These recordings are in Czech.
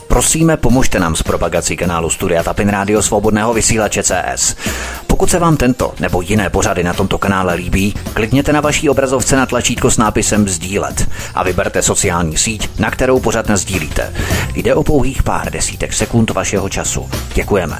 Prosíme, pomožte nám s propagací kanálu Studia Tapin Rádio Svobodného vysílače CS. Pokud se vám tento nebo jiné pořady na tomto kanále líbí, klikněte na vaší obrazovce na tlačítko s nápisem sdílet a vyberte sociální síť, na kterou pořad nasdílíte. Jde o pouhých pár desítek sekund vašeho času. Děkujeme.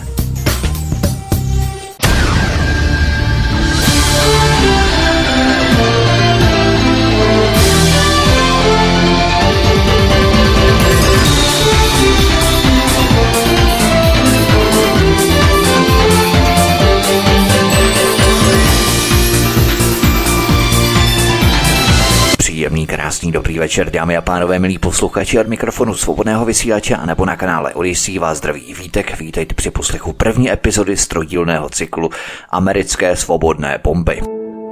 Příjemný, krásný, dobrý večer, dámy a pánové, milí posluchači, od mikrofonu Svobodného vysílače a nebo na kanále Odyssey vás zdraví Vítek. Vítejte při poslechu první epizody z trojdílného cyklu Americké svobodné bomby.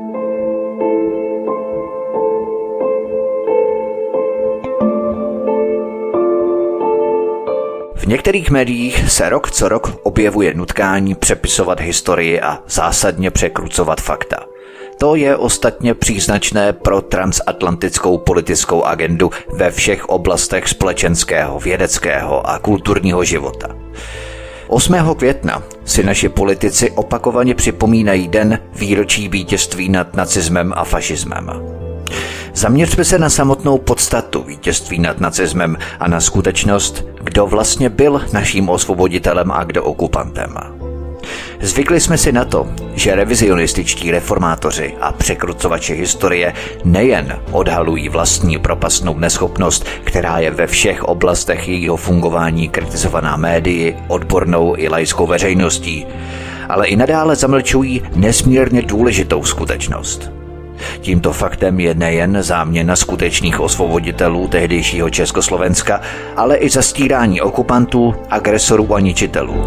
V některých médiích se rok co rok objevuje nutkání přepisovat historii a zásadně překrucovat fakta. To je ostatně příznačné pro transatlantickou politickou agendu ve všech oblastech společenského, vědeckého a kulturního života. 8. května si naši politici opakovaně připomínají den výročí vítězství nad nacismem a fašismem. Zaměřme se na samotnou podstatu vítězství nad nacismem a na skutečnost, kdo vlastně byl naším osvoboditelem a kdo okupantem. Zvykli jsme si na to, že revizionističtí reformátoři a překrucovači historie nejen odhalují vlastní propastnou neschopnost, která je ve všech oblastech jejího fungování kritizovaná médii, odbornou i laickou veřejností, ale i nadále zamlčují nesmírně důležitou skutečnost. Tímto faktem je nejen záměna skutečných osvoboditelů tehdejšího Československa, ale i zastírání okupantů, agresorů a ničitelů.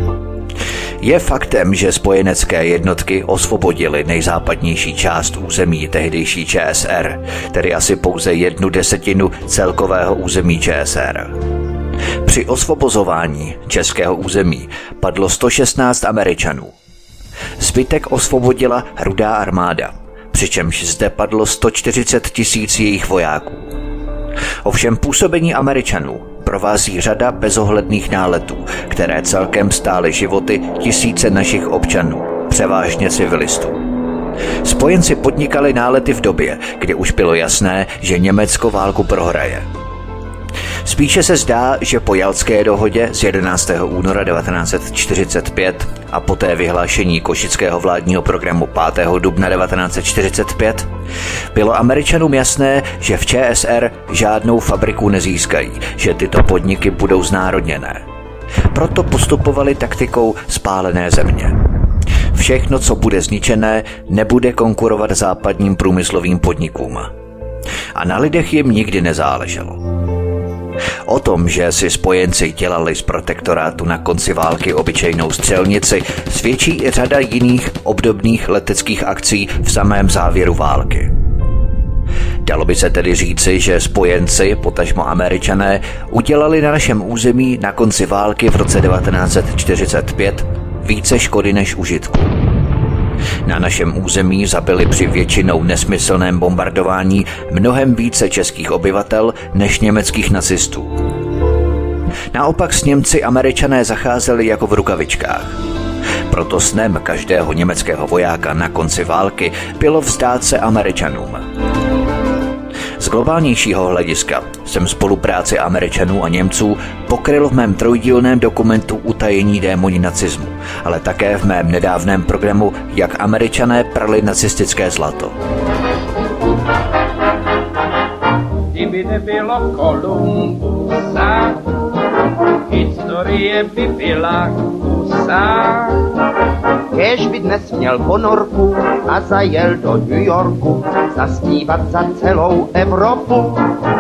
Je faktem, že spojenecké jednotky osvobodily nejzápadnější část území tehdejší ČSR, tedy asi pouze 1/10 celkového území ČSR. Při osvobozování českého území padlo 116 Američanů. Zbytek osvobodila Rudá armáda, přičemž zde padlo 140 000 jejich vojáků. Ovšem působení Američanů provází řada bezohledných náletů, které celkem stály životy tisíce našich občanů, převážně civilistů. Spojenci podnikali nálety v době, kdy už bylo jasné, že Německo válku prohraje. Spíše se zdá, že po Jaltské dohodě z 11. února 1945 a poté vyhlášení košického vládního programu 5. dubna 1945 bylo Američanům jasné, že v ČSR žádnou fabriku nezískají, že tyto podniky budou znárodněné. Proto postupovali taktikou spálené země. Všechno, co bude zničené, nebude konkurovat západním průmyslovým podnikům. A na lidech jim nikdy nezáleželo. O tom, že si spojenci dělali z protektorátu na konci války obyčejnou střelnici, svědčí i řada jiných obdobných leteckých akcí v samém závěru války. Dalo by se tedy říci, že spojenci, potažmo Američané, udělali na našem území na konci války v roce 1945 více škody než užitku. Na našem území zabili při většinou nesmyslném bombardování mnohem více českých obyvatel než německých nacistů. Naopak s Němci Američané zacházeli jako v rukavičkách. Proto snem každého německého vojáka na konci války bylo vzdát se Američanům. Z globálnějšího hlediska jsem spolupráci Američanů a Němců pokryl v mém trojdílném dokumentu Utajení démoni nacismu, ale také v mém nedávném programu Jak Američané prali nacistické zlato. Kdyby nebylo Kolumbusa, historie by byla kusa. Kéž by dnes měl ponorku a zajel do New Yorku zaspívat za celou Evropu.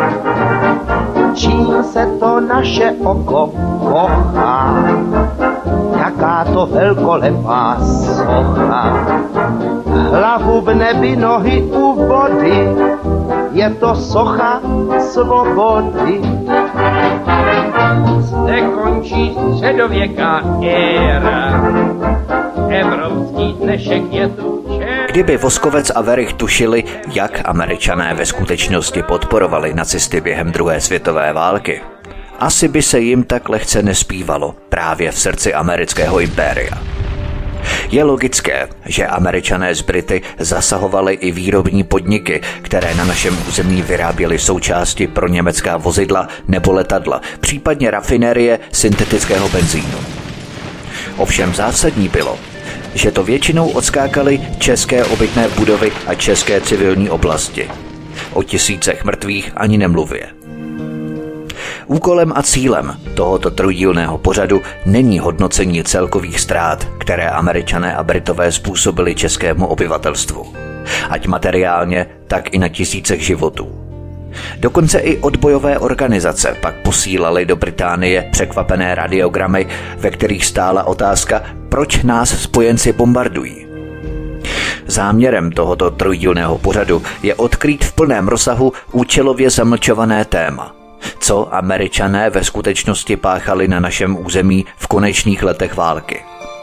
Čím se to naše oko kochá, jaká to velkolepá socha. Hlavu v nebi, nohy u vody, je to socha svobody. Zde končí středověká éra, evropský dnešek je tu čer. Kdyby Voskovec a Werich tušili, jak Američané ve skutečnosti podporovali nacisty během druhé světové války, asi by se jim tak lehce nespívalo právě v srdci amerického impéria. Je logické, že Američané z Brity zasahovali i výrobní podniky, které na našem území vyráběly součásti pro německá vozidla nebo letadla, případně rafinérie syntetického benzínu. Ovšem zásadní bylo, že to většinou odskákaly české obytné budovy a české civilní oblasti. O tisícech mrtvých ani nemluvě. Úkolem a cílem tohoto trojdílného pořadu není hodnocení celkových ztrát, které Američané a Britové způsobili českému obyvatelstvu. Ať materiálně, tak i na tisícech životů. Dokonce i odbojové organizace pak posílaly do Británie překvapené radiogramy, ve kterých stála otázka, proč nás spojenci bombardují. Záměrem tohoto trojdílného pořadu je odkrýt v plném rozsahu účelově zamlčované téma. Co Američané ve skutečnosti páchali na našem území v konečných letech války.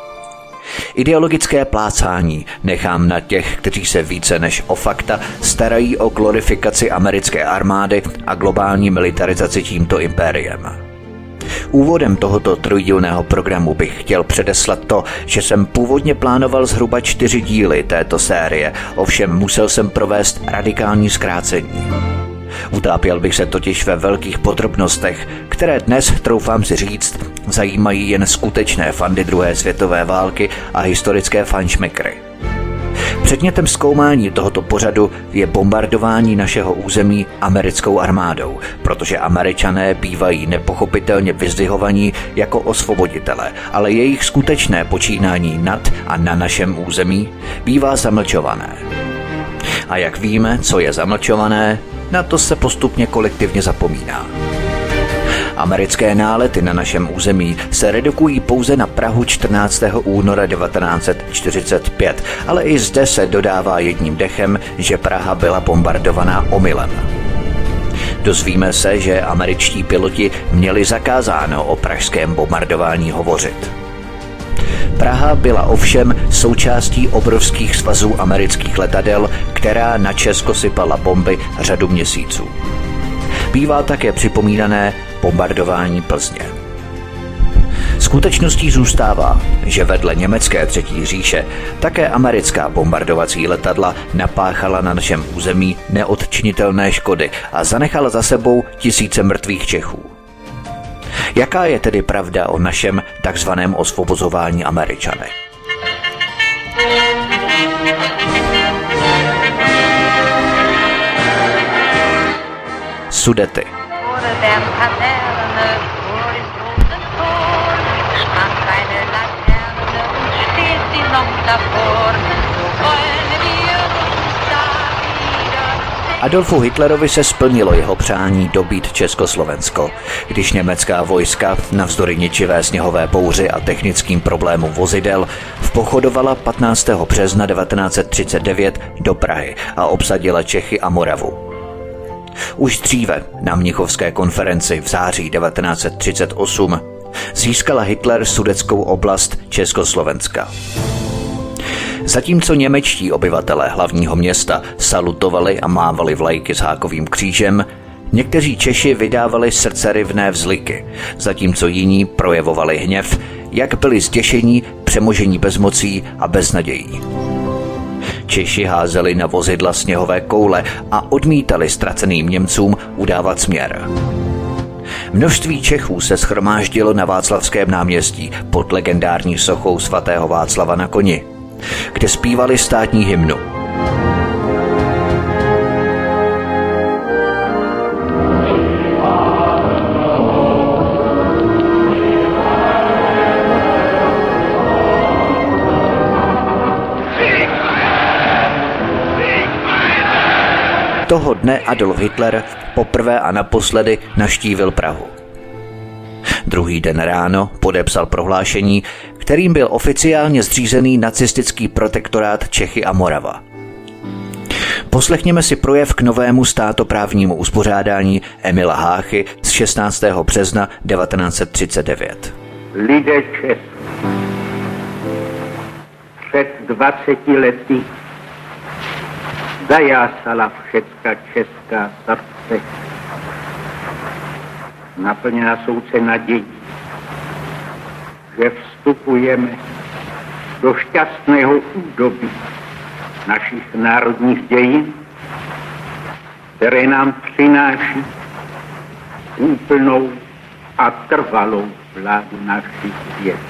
Ideologické plácání nechám na těch, kteří se více než o fakta starají o glorifikaci americké armády a globální militarizaci tímto impériem. Úvodem tohoto trojdílného programu bych chtěl předeslat to, že jsem původně plánoval zhruba 4 díly této série, ovšem musel jsem provést radikální zkrácení. Utápěl bych se totiž ve velkých podrobnostech, které dnes, troufám si říct, zajímají jen skutečné fandy druhé světové války a historické fanšmekry. Předmětem zkoumání tohoto pořadu je bombardování našeho území americkou armádou, protože Američané bývají nepochopitelně vyzdvihovaní jako osvoboditelé, ale jejich skutečné počínání nad a na našem území bývá zamlčované. A jak víme, co je zamlčované, na to se postupně kolektivně zapomíná. Americké nálety na našem území se redukují pouze na Prahu 14. února 1945, ale i zde se dodává jedním dechem, že Praha byla bombardovaná omylem. Dozvíme se, že američtí piloti měli zakázáno o pražském bombardování hovořit. Praha byla ovšem součástí obrovských svazů amerických letadel, která na Česko sypala bomby řadu měsíců. Bývá také připomínané bombardování Plzně. Skutečností zůstává, že vedle německé třetí říše také americká bombardovací letadla napáchala na našem území neodčinitelné škody a zanechala za sebou tisíce mrtvých Čechů. Jaká je tedy pravda o našem takzvaném osvobozování Američany? Sudety. Adolfu Hitlerovi se splnilo jeho přání dobít Československo, když německá vojska navzdory ničivé sněhové bouři a technickým problémům vozidel vpochodovala 15. března 1939 do Prahy a obsadila Čechy a Moravu. Už dříve na Mnichovské konferenci v září 1938 získala Hitler sudetskou oblast Československa. Zatímco němečtí obyvatelé hlavního města salutovali a mávali vlajky s hákovým křížem, někteří Češi vydávali srdceryvné vzliky, zatímco jiní projevovali hněv, jak byli zděšení, přemožení bezmocí a beznadějí. Češi házeli na vozidla sněhové koule a odmítali ztraceným Němcům udávat směr. Množství Čechů se shromáždilo na Václavském náměstí pod legendární sochou svatého Václava na koni, kde zpívali státní hymnu. Toho dne Adolf Hitler poprvé a naposledy navštívil Prahu. Druhý den ráno podepsal prohlášení, kterým byl oficiálně zřízený nacistický protektorát Čechy a Morava. Poslechněme si projev k novému státoprávnímu uspořádání Emila Háchy z 16. března 1939. Lidé Čech, před 20 lety zajásala všecka česká srdce. naplněná souce nadějí, že vstupujeme do šťastného údobí našich národních dějin, které nám přináší úplnou a trvalou vládu našich věcí.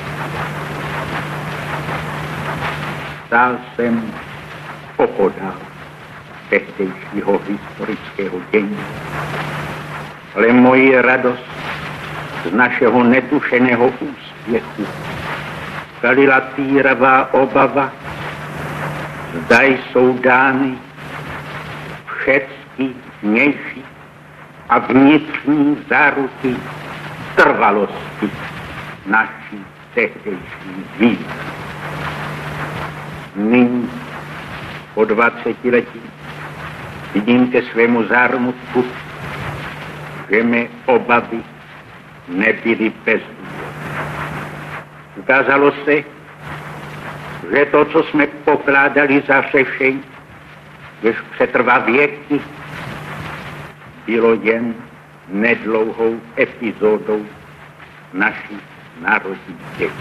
Stál jsem opodál tehdejšího historického dění, ale moji radost z našeho netušeného úspěchu kalila týravá obava, zda jsou dány všechny vnější a vnitřní záruky trvalosti naší tehdejší víry. Nyní po 20 letí vidím ke svému zármutku, že mé obavy nebyly bez důvodu. Ukázalo se, že to, co jsme pokládali za řešení, jež přetrvá věky, bylo jen nedlouhou epizodou našich národních dějin.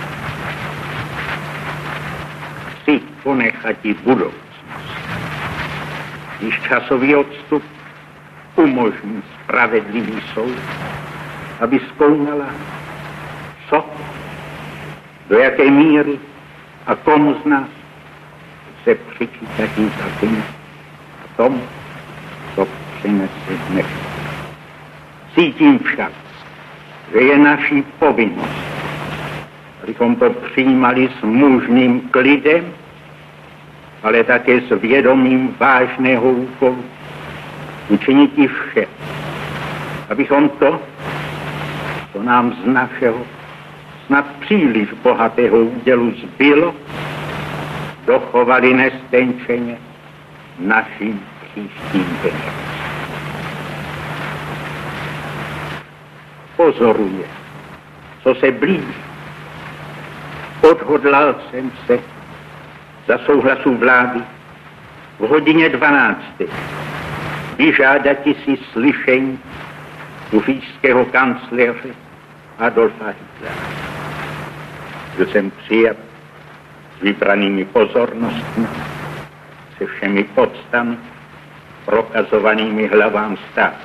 Chci ponechati budoucnost, když časový odstup umožní spravedlivý soud, aby zkoumala, co, do jaké míry a komu z nás se přičítají za tím a tomu, co přinese dnešek. Cítím však, že je naší povinnost, abychom to přijímali s mužným klidem, ale také s vědomím vážného úkolu učinit vše, abychom to, co nám z našeho snad příliš bohatého údělu zbylo, dochovali nestenčeně našim příštím generacím. Pozoruje, co se blíží. Odhodlal jsem se za souhlasu vlády v hodině 12. vyžádati si slyšení kufijského kancléře Adolfa Hitlera. Byl jsem přijat s vybranými pozornostmi, se všemi podstami prokazovanými hlavám státu.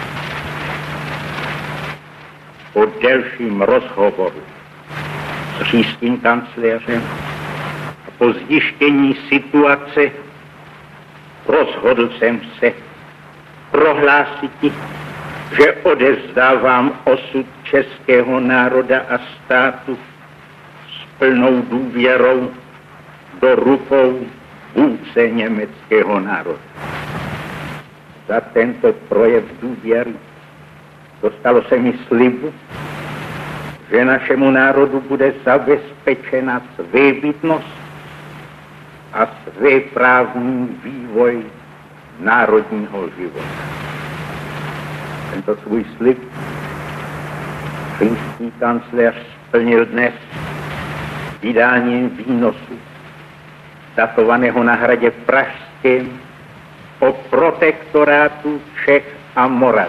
Po delším rozhovoru s říšským kancléřem a po zjištění situace rozhodl jsem se prohlásit, že odevzdávám osud českého národa a státu s plnou důvěrou do rukou vůdce německého národa. Za tento projev důvěry dostalo se mi slibu, že našemu národu bude zabezpečena svébytnost a svéprávný vývoj národního života. Tento svůj slib říšský kancléř splnil dnes vydáním výnosu datovaného na hradě Pražském o protektorátu Čech a Moravy,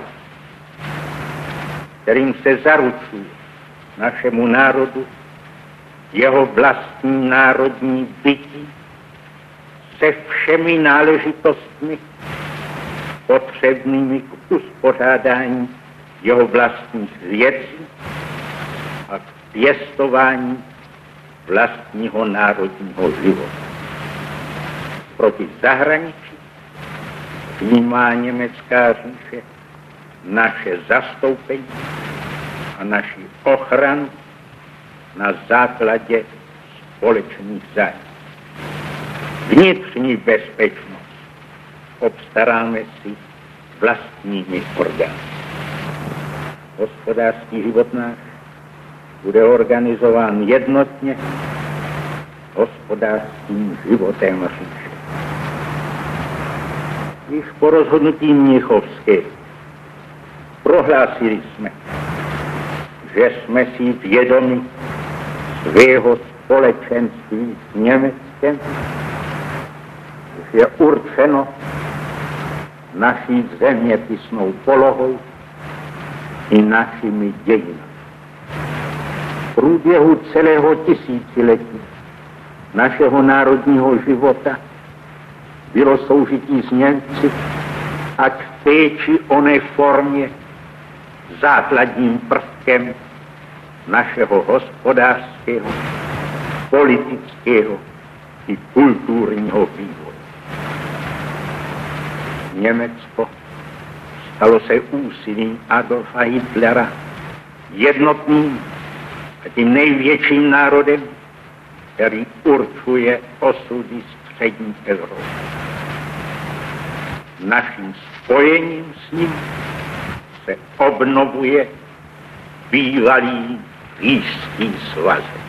kterým se zaručuje našemu národu jeho vlastní národní bytí se všemi náležitostmi potřebnými k uspořádání jeho vlastních věcí a k pěstování vlastního národního života. Proti zahraničí vnímá německá říše naše zastoupení a naši ochranu na základě společných zájmů. Vnitřní bezpečnost obstaráme si vlastními orgány. Hospodářský život náš bude organizován jednotně hospodářským životem říše. Již po rozhodnutí Mnichovské prohlásili jsme, že jsme si vědomi svého společenství s Německem, že je určeno naší zeměpisnou polohou i našimi dějinami. V průběhu celého tisíciletí našeho národního života bylo soužití s Němci, ať v té či oné formě, základním prvkem našeho hospodářského, politického i kulturního vývoje. Německo stalo se úsilím Adolfa Hitlera jednotným a tím největším národem, který určuje osudy střední Evropy. Naším spojením s ním se obnovuje bývalý Říšský svazek.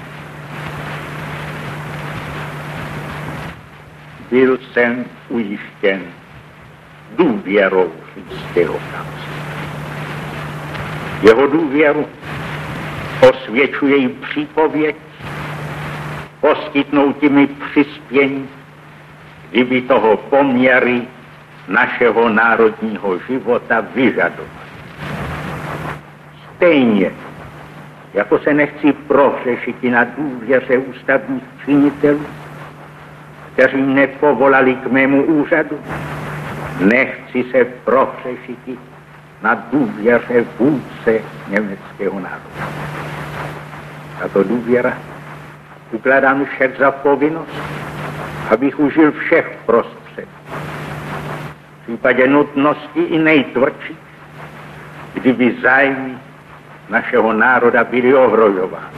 Byl jsem ujištěn důvěrou Říšského kancléře. Jeho důvěru osvědčuje i přípověď poskytnouti mi přispění, kdyby toho poměry našeho národního života vyžadovat. Stejně, jako se nechci prohřešit i na důvěře ústavních činitelů, kteří nepovolali k mému úřadu, nechci se prohřešit i na důvěře vůdce německého národa. Tato důvěra ukládá mi však za povinnost, abych užil všech prostředků. V případě nutnosti i nejtvrdších, kdyby zájmy našeho národa byly ohrožovány.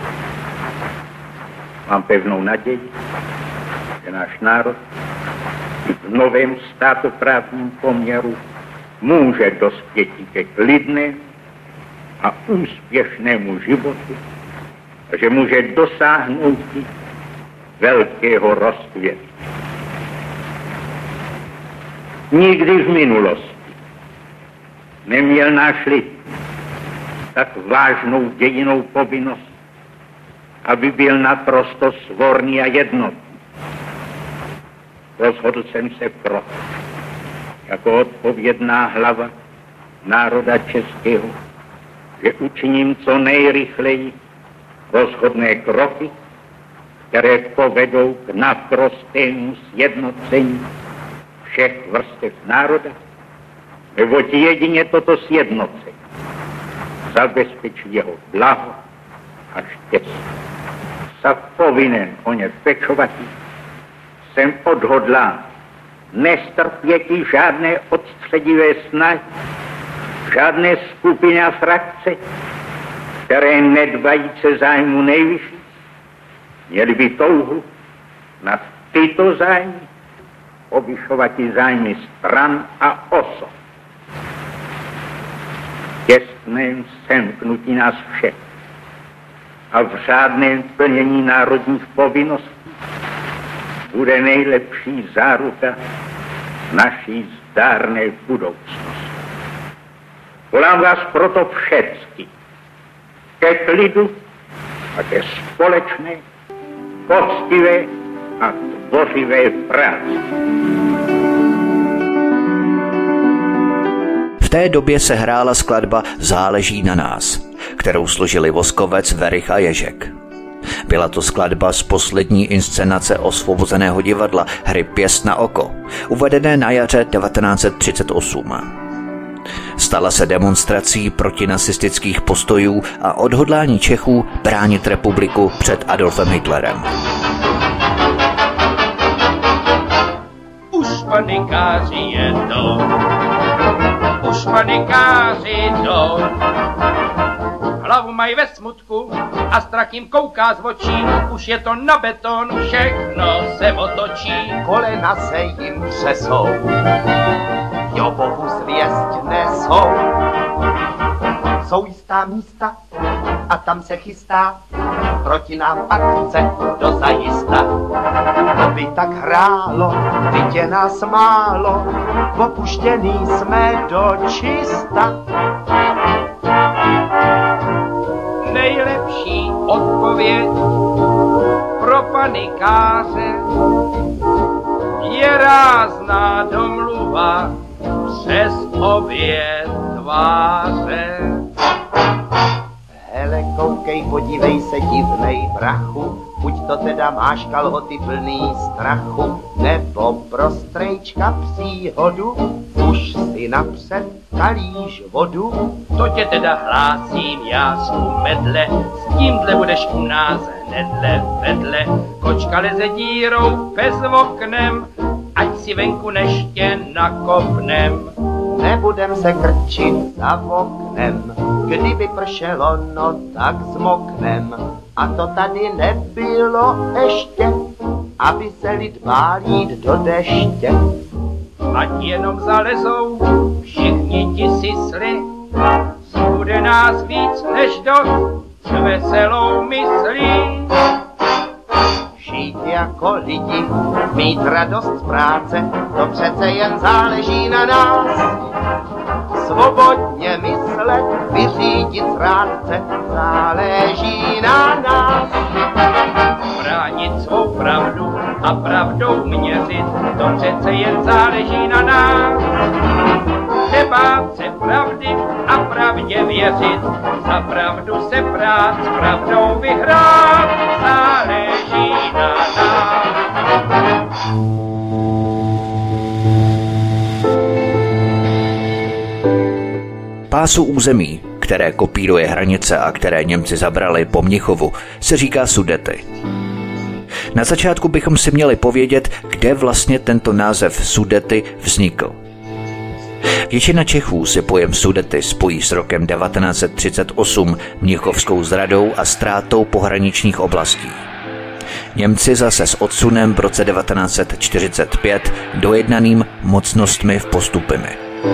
Mám pevnou naději, že náš národ i v novém státoprávním poměru může dospět ke klidnému a úspěšnému životu a že může dosáhnout velkého rozkvětu. Nikdy v minulosti neměl náš lid tak vážnou dějinnou povinnost, aby byl naprosto svorný a jednotný. Rozhodl jsem se proto, jako odpovědná hlava národa českého, že učiním co nejrychleji rozhodné kroky, které povedou k naprostému sjednocení všech vrstev národa, neboť jedině toto sjednocení zabezpečí jeho blaho a štěstí. Za povinen o ně pečovat, jsem odhodlán nestrpěti žádné odstředivé snahy, žádné skupiny a frakce, které nedbajíce zájmu nejvyšší, měli by touhu nad tyto zájmy povyšovat i zájmy stran a osob. Těsném semknutí nás všech a v řádném plnění národních povinností bude nejlepší záruka naší zdárné budoucnosti. Volám vás proto všecky ke klidu a ke společné, poctivé a tvořivé práci. V té době se hrála skladba Záleží na nás, kterou složili Voskovec, Werich a Ježek. Byla to skladba z poslední inscenace Osvobozeného divadla hry Pěst na oko, uvedené na jaře 1938. Stala se demonstrací proti nacistických postojů a odhodlání Čechů bránit republiku před Adolfem Hitlerem. Už panikáři jedou, už panikáři jdou, hlavu mají ve smutku a strach jim kouká z očí, už je to na beton, všechno se otočí. Kolena se jim třesou, Jobovu zvěst nesou. Jsou jistá místa a tam se chystá proti nám akce dozajista. To by tak hrálo, vždyť je nás málo, opuštěný jsme do čista. Nejlepší odpověď pro panikáře je rázná domluva přes obě tváře. podívej se divnej prachu, buď to teda máš kalhoty plný strachu, nebo pro strejčka příhodu, už si napřed kalíš vodu. To tě teda hlásím, já jsou medle, s tímhle budeš u nás hnedle vedle. Kočka leze dírou pes oknem, ať si venku neště nakopnem. Nebudem se krčit za oknem, kdyby pršelo, no tak zmoknem. A to tady nebylo ještě, aby se lid bál jít do deště. Ať jenom zalezou všichni ti sisli, bude nás víc než dost s veselou myslí. Žít jako lidi, mít radost z práce, to přece jen záleží na nás. Svobodně myslet, vyřídit zrádce, záleží na nás. Bránit svou pravdu a pravdou měřit, to přece jen záleží na nás. Nebát se pravdy a pravdě věřit, za pravdu se prát, s pravdou vyhrát, záleží na nás. Pásu území, které kopíruje hranice a které Němci zabrali po Mnichovu, se říká Sudety. Na začátku bychom si měli povědět, kde vlastně tento název Sudety vznikl. Většina Čechů si pojem Sudety spojí s rokem 1938, mnichovskou zradou a ztrátou pohraničních oblastí. Němci zase s odsunem v roce 1945 dojednaným mocnostmi v Postupimi.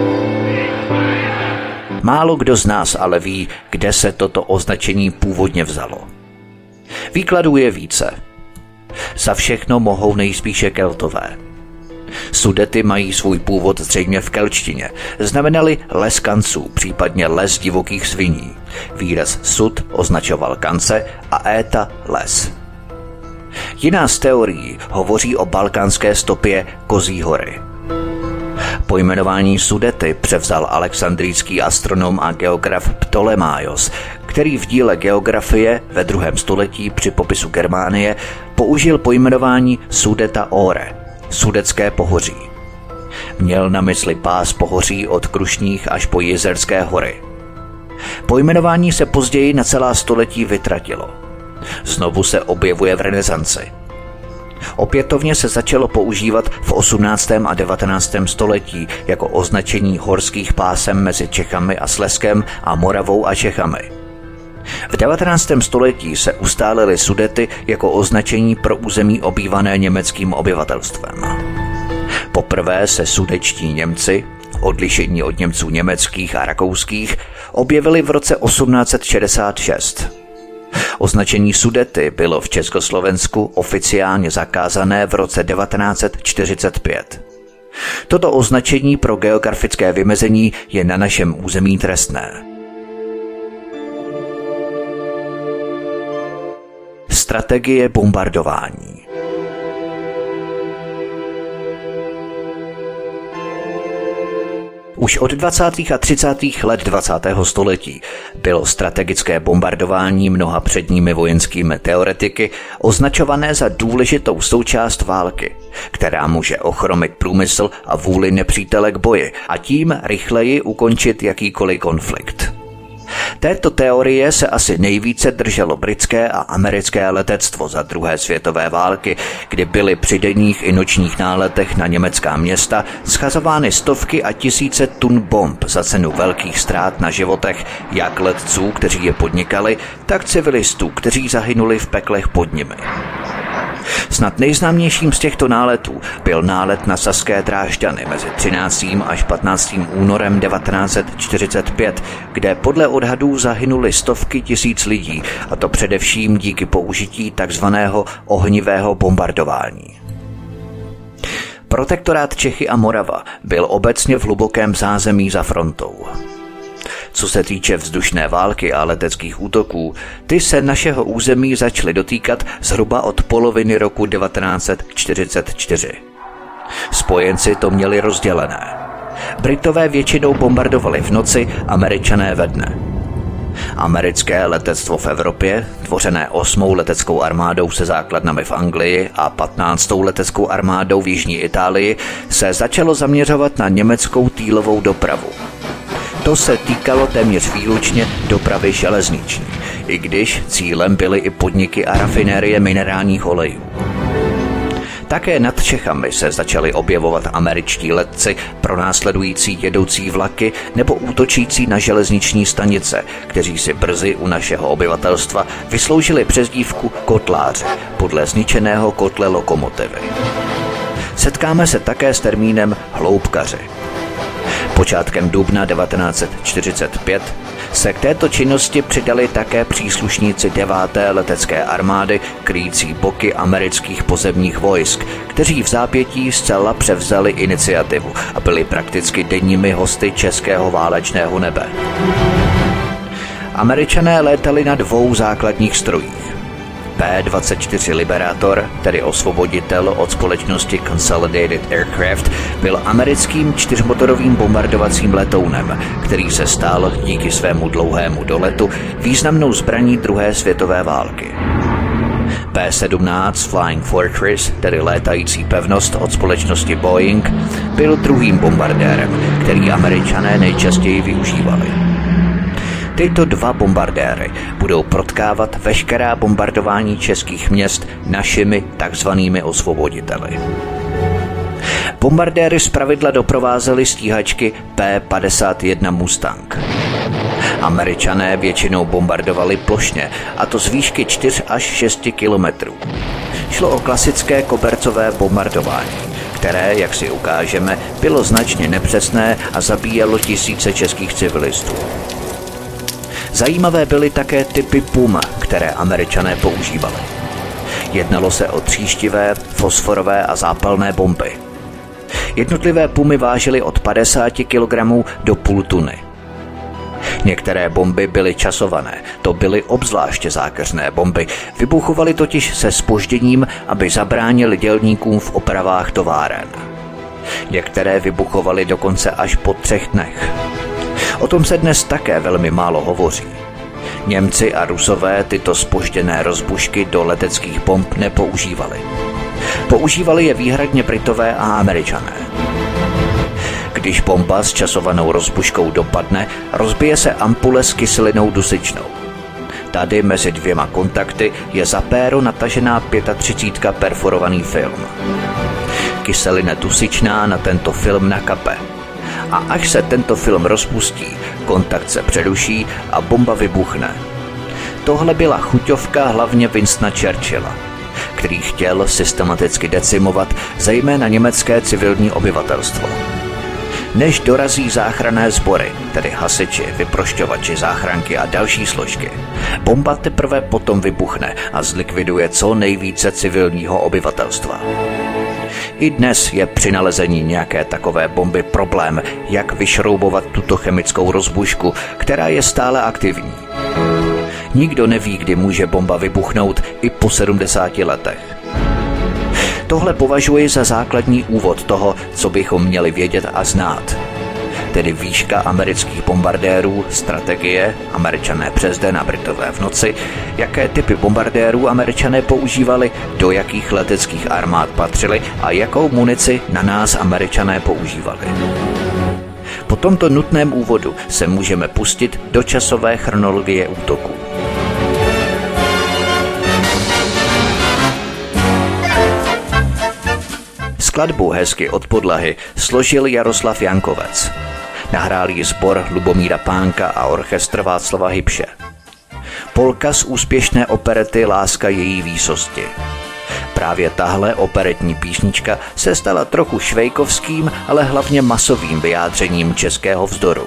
Málo kdo z nás ale ví, kde se toto označení původně vzalo. Výkladů je více. Za všechno mohou nejspíše Keltové. Sudety mají svůj původ zřejmě v kelčtině. Znamenaly les kanců, případně les divokých sviní. Výraz sud označoval kance a éta les. Jiná z teorií hovoří o balkánské stopě Kozí hory. Pojmenování Sudety převzal alexandrijský astronom a geograf Ptolemaios, který v díle Geografie ve 2. století při popisu Germánie použil pojmenování Sudeta Ore, Sudecké pohoří. Měl na mysli pás pohoří od Krušných až po Jizerské hory. Pojmenování se později na celá století vytratilo. Znovu se objevuje v renesanci. Opětovně se začalo používat v 18. a 19. století jako označení horských pásem mezi Čechami a Slezskem a Moravou a Čechami. V 19. století se ustálily Sudety jako označení pro území obývané německým obyvatelstvem. Poprvé se sudečtí Němci, odlišení od Němců německých a rakouských, objevili v roce 1866. Označení Sudety bylo v Československu oficiálně zakázané v roce 1945. Toto označení pro geografické vymezení je na našem území trestné. Strategie bombardování. Už od 20. a 30. let 20. století bylo strategické bombardování mnoha předními vojenskými teoretiky označované za důležitou součást války, která může ochromit průmysl a vůli nepřítele k boji a tím rychleji ukončit jakýkoliv konflikt. Této teorie se asi nejvíce drželo britské a americké letectvo za druhé světové války, kdy byly při denních i nočních náletech na německá města schazovány stovky a tisíce tun bomb za cenu velkých ztrát na životech jak letců, kteří je podnikali, tak civilistů, kteří zahynuli v peklech pod nimi. Snad nejznámějším z těchto náletů byl nálet na Saské Drážďany mezi 13. až 15. únorem 1945, kde podle odhadů zahynuli stovky tisíc lidí, a to především díky použití takzvaného ohnivého bombardování. Protektorát Čechy a Morava byl obecně v hlubokém zázemí za frontou. Co se týče vzdušné války a leteckých útoků, ty se našeho území začaly dotýkat zhruba od poloviny roku 1944. Spojenci to měli rozdělené. Britové většinou bombardovali v noci, Američané ve dne. Americké letectvo v Evropě, tvořené 8. leteckou armádou se základnami v Anglii a 15. leteckou armádou v jižní Itálii, se začalo zaměřovat na německou týlovou dopravu. To se týkalo téměř výlučně dopravy železniční, i když cílem byly i podniky a rafinérie minerálních olejů. Také nad Čechami se začaly objevovat američtí letci pronásledující jedoucí vlaky nebo útočící na železniční stanice, kteří si brzy u našeho obyvatelstva vysloužili přezdívku kotláře podle zničeného kotle lokomotivy. Setkáme se také s termínem hloubkaři. Počátkem dubna 1945 se k této činnosti přidali také příslušníci 9. letecké armády kryjící boky amerických pozemních vojsk, kteří v zápětí zcela převzali iniciativu a byli prakticky denními hosty českého válečného nebe. Američané létali na 2 základních strojích. P-24 Liberator, tedy osvoboditel od společnosti Consolidated Aircraft, byl americkým 4motorovým bombardovacím letounem, který se stal díky svému dlouhému doletu významnou zbraní druhé světové války. P-17 Flying Fortress, tedy létající pevnost od společnosti Boeing, byl druhým bombardérem, který Američané nejčastěji využívali. Tyto 2 bombardéry budou protkávat veškerá bombardování českých měst našimi takzvanými osvoboditeli. Bombardéry zpravidla doprovázely stíhačky P-51 Mustang. Američané většinou bombardovali plošně, a to z výšky 4 až 6 kilometrů. Šlo o klasické kobercové bombardování, které, jak si ukážeme, bylo značně nepřesné a zabíjelo tisíce českých civilistů. Zajímavé byly také typy PUM, které Američané používali. Jednalo se o tříštivé, fosforové a zápalné bomby. Jednotlivé PUMy vážily od 50 kg do půl tuny. Některé bomby byly časované, to byly obzvláště zákeřné bomby, vybuchovaly totiž se zpožděním, aby zabránili dělníkům v opravách továren. Některé vybuchovaly dokonce až po 3 dnech. O tom se dnes také velmi málo hovoří. Němci a Rusové tyto zpožděné rozbušky do leteckých bomb nepoužívali. Používali je výhradně Britové a Američané. Když bomba s časovanou rozbuškou dopadne, rozbije se ampule s kyselinou dusičnou. Tady mezi 2 kontakty je za péro natažená 35 perforovaný film. Kyselina dusičná na tento film nakape. A až se tento film rozpustí, kontakt se přeruší a bomba vybuchne. Tohle byla chuťovka hlavně Winstona Churchilla, který chtěl systematicky decimovat zejména německé civilní obyvatelstvo. Než dorazí záchranné sbory, tedy hasiči, vyprošťovači, záchranky a další složky, bomba teprve potom vybuchne a zlikviduje co nejvíce civilního obyvatelstva. I dnes je při nalezení nějaké takové bomby problém, jak vyšroubovat tuto chemickou rozbušku, která je stále aktivní. Nikdo neví, kdy může bomba vybuchnout i po 70 letech. Tohle považuji za základní úvod toho, co bychom měli vědět a znát. Tedy výška amerických bombardérů, strategie, Američané přes den a Britové v noci, jaké typy bombardérů Američané používali, do jakých leteckých armád patřili a jakou munici na nás Američané používali. Po tomto nutném úvodu se můžeme pustit do časové chronologie útoku. Skladbu Hezky od podlahy složil Jaroslav Jankovec. Nahrál ji sbor Lubomíra Pánka a orchestr Václava Hybše. Polka z úspěšné operety Láska její výsosti. Právě tahle operetní písnička se stala trochu švejkovským, ale hlavně masovým vyjádřením českého vzdoru.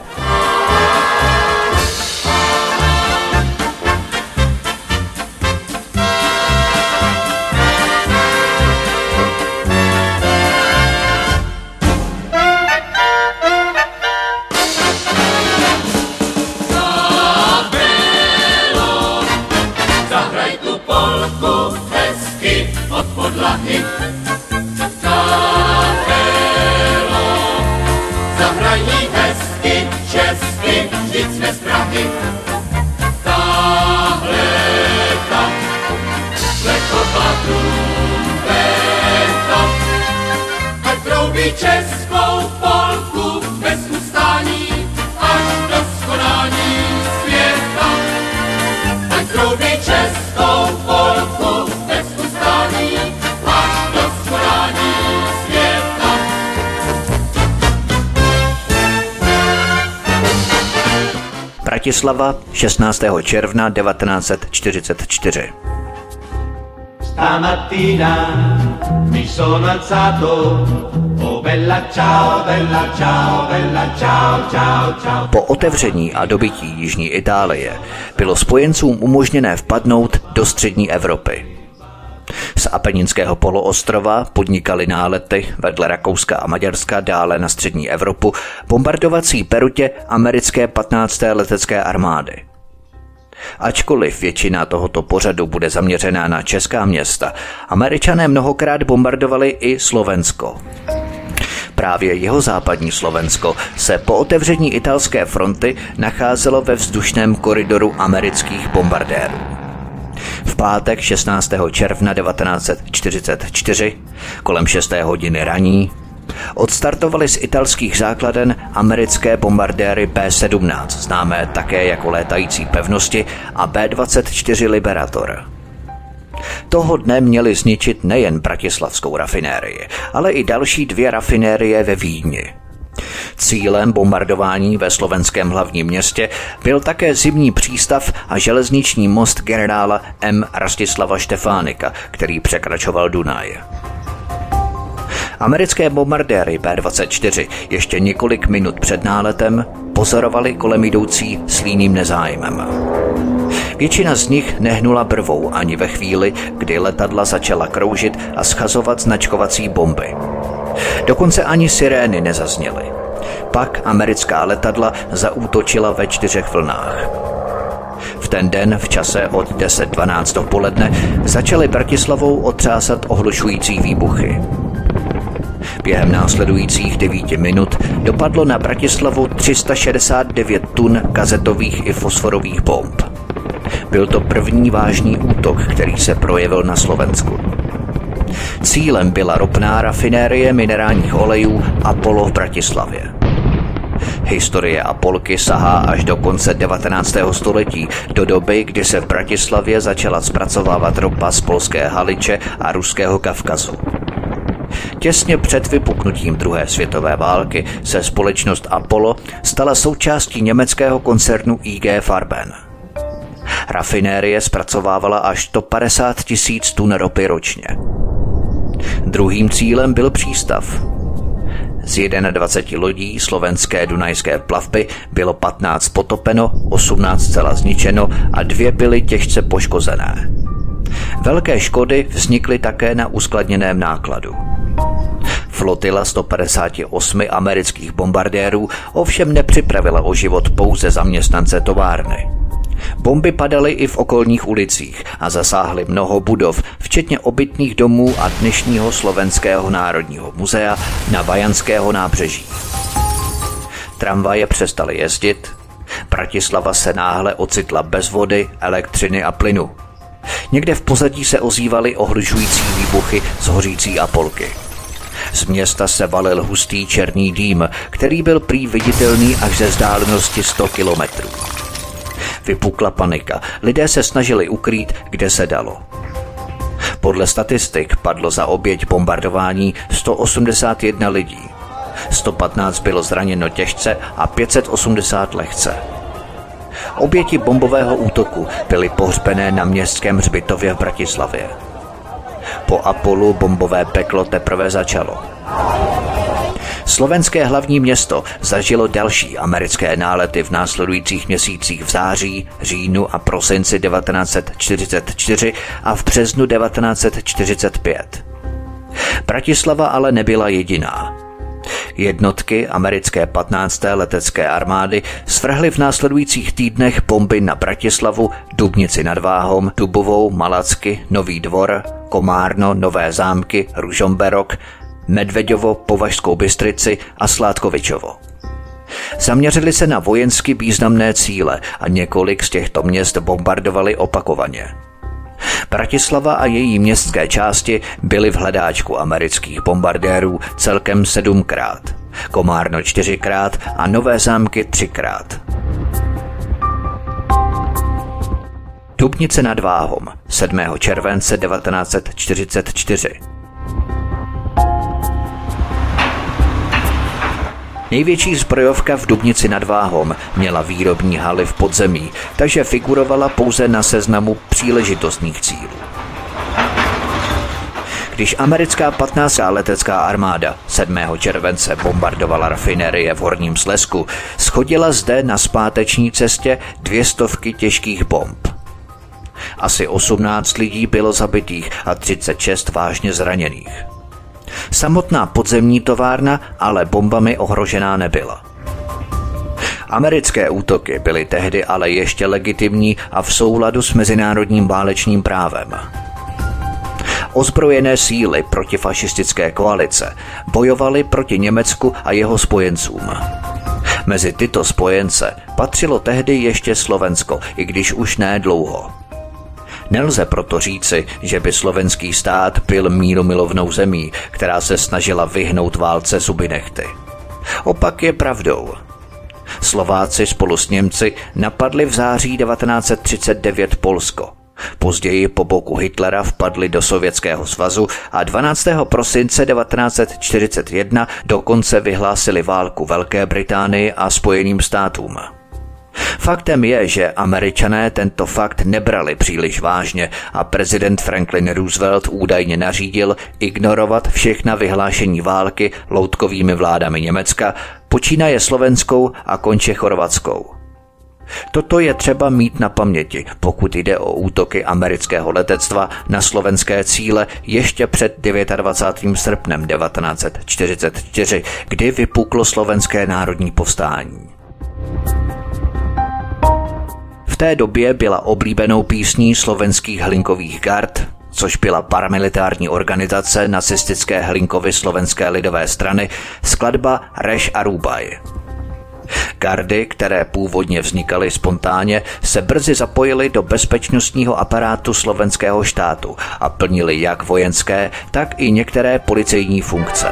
Bratislava 16. června 1944. Stamattina mi sono alzato, oh bella ciao, bella ciao, bella ciao, ciao, ciao. Po otevření a dobytí Jižní Itálie bylo spojencům umožněné vpadnout do střední Evropy. Z Apeninského poloostrova podnikali nálety vedle Rakouska a Maďarska dále na střední Evropu bombardovací perutě americké 15. letecké armády. Ačkoliv většina tohoto pořadu bude zaměřená na česká města, Američané mnohokrát bombardovali i Slovensko. Právě jihozápadní Slovensko se po otevření italské fronty nacházelo ve vzdušném koridoru amerických bombardérů. V pátek 16. června 1944 kolem 6. hodiny raní odstartovaly z italských základen americké bombardéry B-17, známé také jako létající pevnosti, a B-24 Liberator. Toho dne měli zničit nejen bratislavskou rafinérii, ale i další 2 rafinérie ve Vídni. Cílem bombardování ve slovenském hlavním městě byl také zimní přístav a železniční most generála M. Rastislava Štefánika, který překračoval Dunaj. Americké bombardéry B-24 ještě několik minut před náletem pozorovali kolem jdoucí s líným nezájmem. Většina z nich nehnula brvou ani ve chvíli, kdy letadla začala kroužit a schazovat značkovací bomby. Dokonce ani sirény nezazněly. Pak americká letadla zaútočila ve 4 vlnách. V ten den v čase od 10:12 dopoledne začaly Bratislavou otřásat ohlušující výbuchy. Během následujících 9 minut dopadlo na Bratislavu 369 tun kazetových i fosforových bomb. Byl to první vážný útok, který se projevil na Slovensku. Cílem byla ropná rafinérie minerálních olejů Apollo v Bratislavě. Historie Apolky sahá až do konce 19. století, do doby, kdy se v Bratislavě začala zpracovávat ropa z polské Haliče a ruského Kavkazu. Těsně před vypuknutím druhé světové války se společnost Apollo stala součástí německého koncernu IG Farben. Rafinérie zpracovávala až 150 000 tun ropy ročně. Druhým cílem byl přístav. Z 21 lodí slovenské dunajské plavby bylo 15 potopeno, 18 zcela zničeno a 2 byly těžce poškozené. Velké škody vznikly také na uskladněném nákladu. Flotila 158 amerických bombardérů ovšem nepřipravila o život pouze zaměstnance továrny. Bomby padaly i v okolních ulicích a zasáhly mnoho budov, včetně obytných domů a dnešního Slovenského národního muzea na Vajanského nábřeží. Tramvaje přestaly jezdit, Bratislava se náhle ocitla bez vody, elektřiny a plynu. Někde v pozadí se ozývaly ohlušující výbuchy z hořící Apolky. Z města se valil hustý černý dým, který byl prý viditelný až ze vzdálenosti 100 kilometrů. Vypukla panika, lidé se snažili ukrýt, kde se dalo. Podle statistik padlo za oběť bombardování 181 lidí. 115 bylo zraněno těžce a 580 lehce. Oběti bombového útoku byly pohřbené na městském hřbitově v Bratislavě. Po Apollu bombové peklo teprve začalo. Slovenské hlavní město zažilo další americké nálety v následujících měsících v září, říjnu a prosinci 1944 a v březnu 1945. Bratislava ale nebyla jediná. Jednotky americké 15. letecké armády svrhly v následujících týdnech bomby na Bratislavu, Dubnici nad Váhom, Dubovou, Malacky, Nový Dvor, Komárno, Nové Zámky, Ružomberok, Medveďovo, Považskou Bystrici a Sládkovičovo. Zaměřili se na vojensky významné cíle a několik z těchto měst bombardovali opakovaně. Bratislava a její městské části byly v hledáčku amerických bombardérů celkem 7krát, Komárno 4krát a Nové Zámky 3krát. Dubnice nad Váhom 7. července 1944. Největší zbrojovka v Dubnici nad Váhom měla výrobní haly v podzemí, takže figurovala pouze na seznamu příležitostných cílů. Když americká 15. letecká armáda 7. července bombardovala rafinerie v Horním Slezsku, shodila zde na zpáteční cestě 200 těžkých bomb. Asi 18 lidí bylo zabitých a 36 vážně zraněných. Samotná podzemní továrna ale bombami ohrožená nebyla. Americké útoky byly tehdy ale ještě legitimní a v souladu s mezinárodním válečným právem. Ozbrojené síly protifašistické koalice bojovaly proti Německu a jeho spojencům. Mezi tyto spojence patřilo tehdy ještě Slovensko, i když už ne dlouho. Nelze proto říci, že by slovenský stát byl mírumilovnou zemí, která se snažila vyhnout válce zuby nehty. Opak je pravdou. Slováci spolu s Němci napadli v září 1939 Polsko. Později po boku Hitlera vpadli do Sovětského svazu a 12. prosince 1941 dokonce vyhlásili válku Velké Británii a Spojeným státům. Faktem je, že Američané tento fakt nebrali příliš vážně a prezident Franklin Roosevelt údajně nařídil ignorovat všechna vyhlášení války loutkovými vládami Německa, počínaje slovenskou a konče chorvatskou. Toto je třeba mít na paměti, pokud jde o útoky amerického letectva na slovenské cíle ještě před 29. srpnem 1944, kdy vypuklo slovenské národní povstání. V té době byla oblíbenou písní slovenských hlinkových gard, což byla paramilitární organizace nacistické Hlinkovy slovenské lidové strany, skladba Reš a rúbaj. Gardy, které původně vznikaly spontánně, se brzy zapojily do bezpečnostního aparátu slovenského štátu a plnily jak vojenské, tak i některé policejní funkce.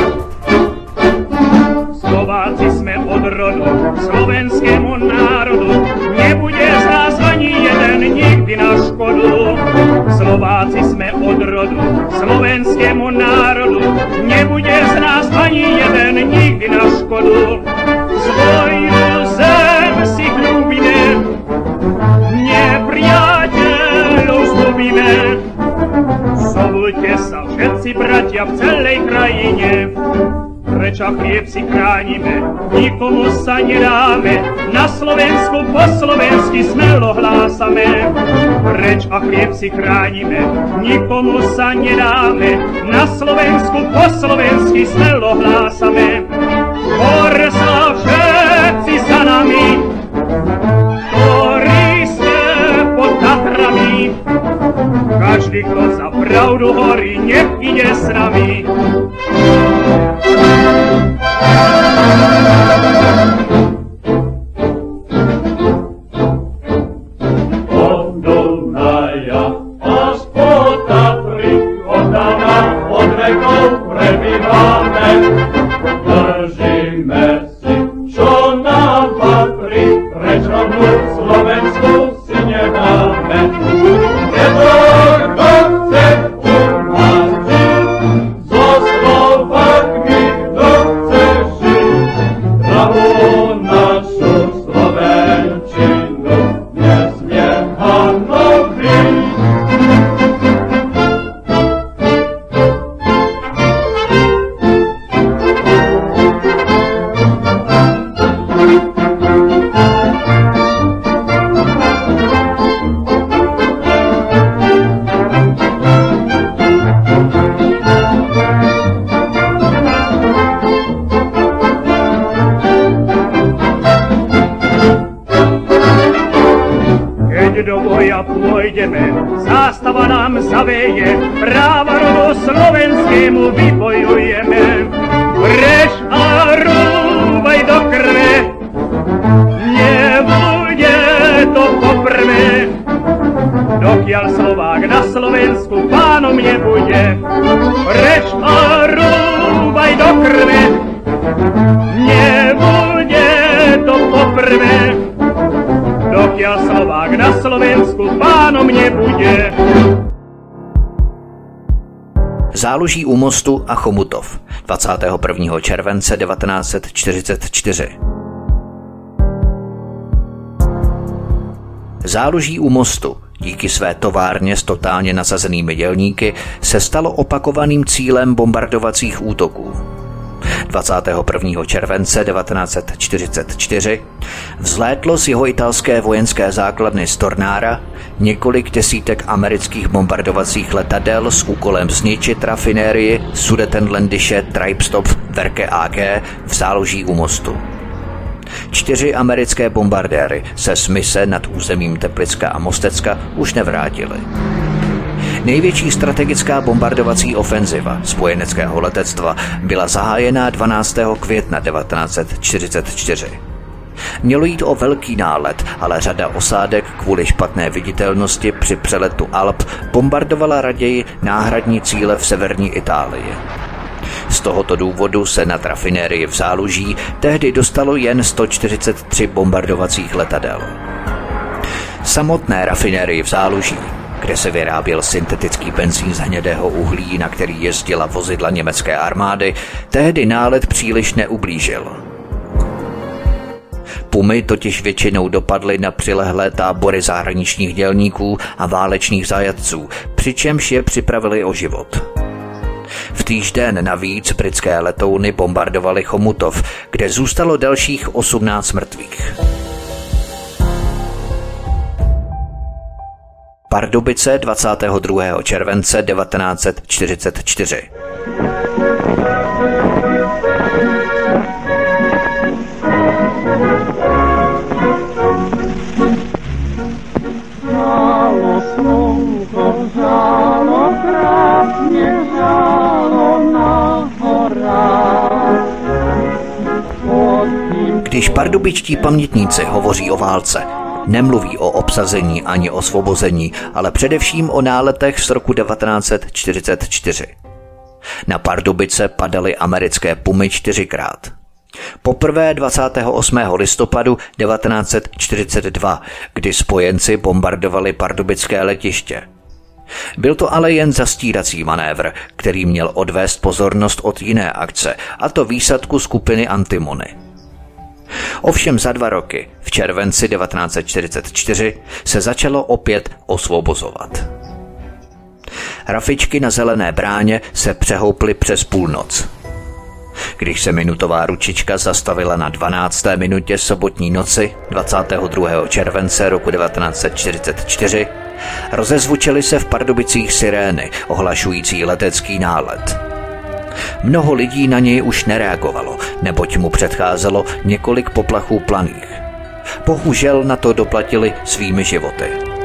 Slováci jsme od rodu, slovenskému národu, nebude z nás ani jeden nikdy na škodu. Slováci jsme od rodu, slovenskému národu, nebude z nás ani jeden nikdy na škodu. Svoju zem si chlubíme, nepriateľov zlobíme. Zobudte sa všetci bratia v celej krajine, reč a chlieb si chránime, nikomu sa nedáme, na Slovensku po slovensky smelo hlásame. Reč a chlieb si chránime, nikomu sa nedáme, na Slovensku po slovensky smelo hlásame. Hor sa všetci za nami, ktorí ste pod Tatrami, každý, kto za pravdu horí, nech ide s nami. Od Dunaja až po Tatry, od dávna, od vekov prebývame. Držíme si, čo nám patrí, preč rovnú Slovensku si nedáme. Je to, kto chce u nás žiť, so Slovakmi kto chce žiť. Drahú našu Slovenčinu nesmie hanobniť. Do boja pôjdeme, zástava nám zaveje, práva rodu slovenskému vybojujeme. Rež a rúbaj do krve, nebude to poprvé, dokiaľ Slovák na Slovensku pánom nebude. Rež a rúbaj do krve, nebude to poprvé, dokiaľ Slovák na Slovensku pánom nebude. Záluží u Mostu a Chomutov 21. července 1944. Záluží u Mostu díky své továrně s totálně nasazenými dělníky se stalo opakovaným cílem bombardovacích útoků. 21. července 1944 vzlétlo z jihoitalské vojenské základny Stornára několik desítek amerických bombardovacích letadel s úkolem zničit rafinérii Sudetenländische Treibstoffwerke AG v Záluží u Mostu. 4 americké bombardéry se z mise nad územím Teplicka a Mostecka už nevrátily. Největší strategická bombardovací ofenziva spojeneckého letectva byla zahájena 12. května 1944. Mělo jít o velký nálet, ale řada osádek kvůli špatné viditelnosti při přeletu Alp bombardovala raději náhradní cíle v severní Itálii. Z tohoto důvodu se nad rafinérii v Záluží tehdy dostalo jen 143 bombardovacích letadel. Samotné rafinérii v Záluží, kde se vyráběl syntetický benzín z hnědého uhlí, na který jezdila vozidla německé armády, tehdy nálet příliš neublížil. Pumy totiž většinou dopadly na přilehlé tábory zahraničních dělníků a válečných zajatců, přičemž je připravili o život. V týž den navíc britské letouny bombardovaly Chomutov, kde zůstalo dalších 18 mrtvých. Pardubice 22. července 1944. Když pardubičtí pamětníci hovoří o válce, nemluví o obsazení ani osvobození, ale především o náletech z roku 1944. Na Pardubice padaly americké Pumy 4krát. Poprvé 28. listopadu 1942, kdy spojenci bombardovali pardubické letiště. Byl to ale jen zastírací manévr, který měl odvést pozornost od jiné akce, a to výsadku skupiny Antimony. Ovšem za 2 roky, v červenci 1944, se začalo opět osvobozovat. Rafičky na Zelené bráně se přehouply přes půlnoc. Když se minutová ručička zastavila na 12. minutě sobotní noci 22. července roku 1944, rozezvučily se v Pardubicích sirény, ohlašující letecký nálet. Mnoho lidí na něj už nereagovalo, neboť mu předcházelo několik poplachů planých. Bohužel na to doplatili svými životy.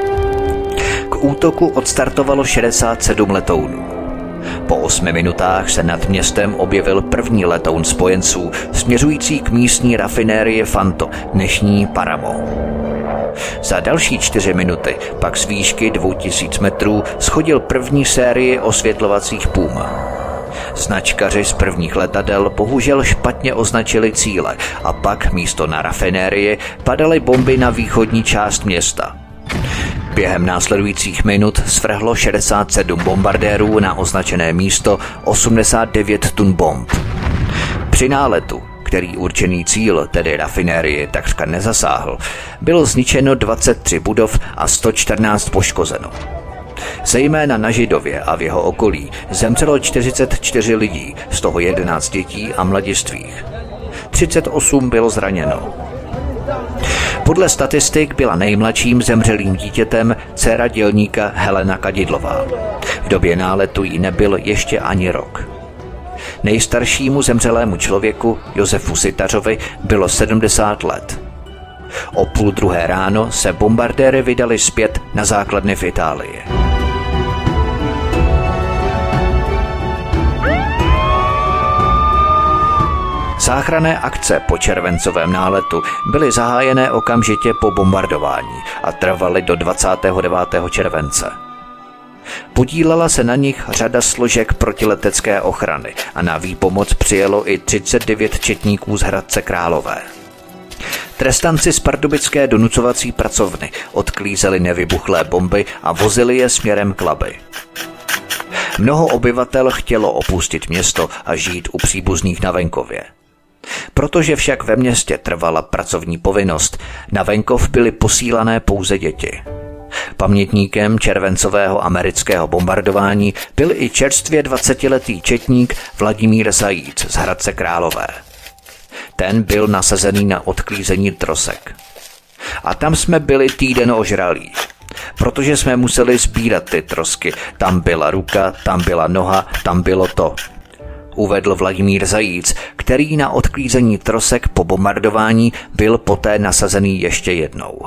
K útoku odstartovalo 67 letounů. Po 8 minutách se nad městem objevil první letoun spojenců směřující k místní rafinérii Fanto, dnešní Paramo. Za další 4 minuty pak z výšky 2000 metrů schodil první sérii osvětlovacích Pum. Značkaři z prvních letadel bohužel špatně označili cíle a pak místo na rafinérii padaly bomby na východní část města. Během následujících minut svrhlo 67 bombardérů na označené místo 89 tun bomb. Při náletu, který určený cíl, tedy rafinérii, takřka nezasáhl, bylo zničeno 23 budov a 114 poškozeno. Zejména na Židově a v jeho okolí zemřelo 44 lidí, z toho 11 dětí a mladistvých. 38 bylo zraněno. Podle statistik byla nejmladším zemřelým dítětem dcera dělníka Helena Kadidlová. V době náletu jí nebyl ještě ani rok. Nejstaršímu zemřelému člověku, Josefu Sitařovi, bylo 70 let. O 1:30 ráno se bombardéry vydali zpět na základny v Itálii. Záchranné akce po červencovém náletu byly zahájené okamžitě po bombardování a trvaly do 29. července. Podílela se na nich řada složek protiletecké ochrany a na výpomoc přijelo i 39 četníků z Hradce Králové. Trestanci z pardubické donucovací pracovny odklízeli nevybuchlé bomby a vozili je směrem k Labi. Mnoho obyvatel chtělo opustit město a žít u příbuzných na venkově. Protože však ve městě trvala pracovní povinnost, na venkov byly posílané pouze děti. Pamětníkem červencového amerického bombardování byl i čerstvě 20letý četník Vladimír Zajíc z Hradce Králové. Ten byl nasazený na odklízení trosek. A tam jsme byli týden ožralí, protože jsme museli sbírat ty trosky. Tam byla ruka, tam byla noha, tam bylo to. Uvedl Vladimír Zajíc, který na odklízení trosek po bombardování byl poté nasazený ještě jednou.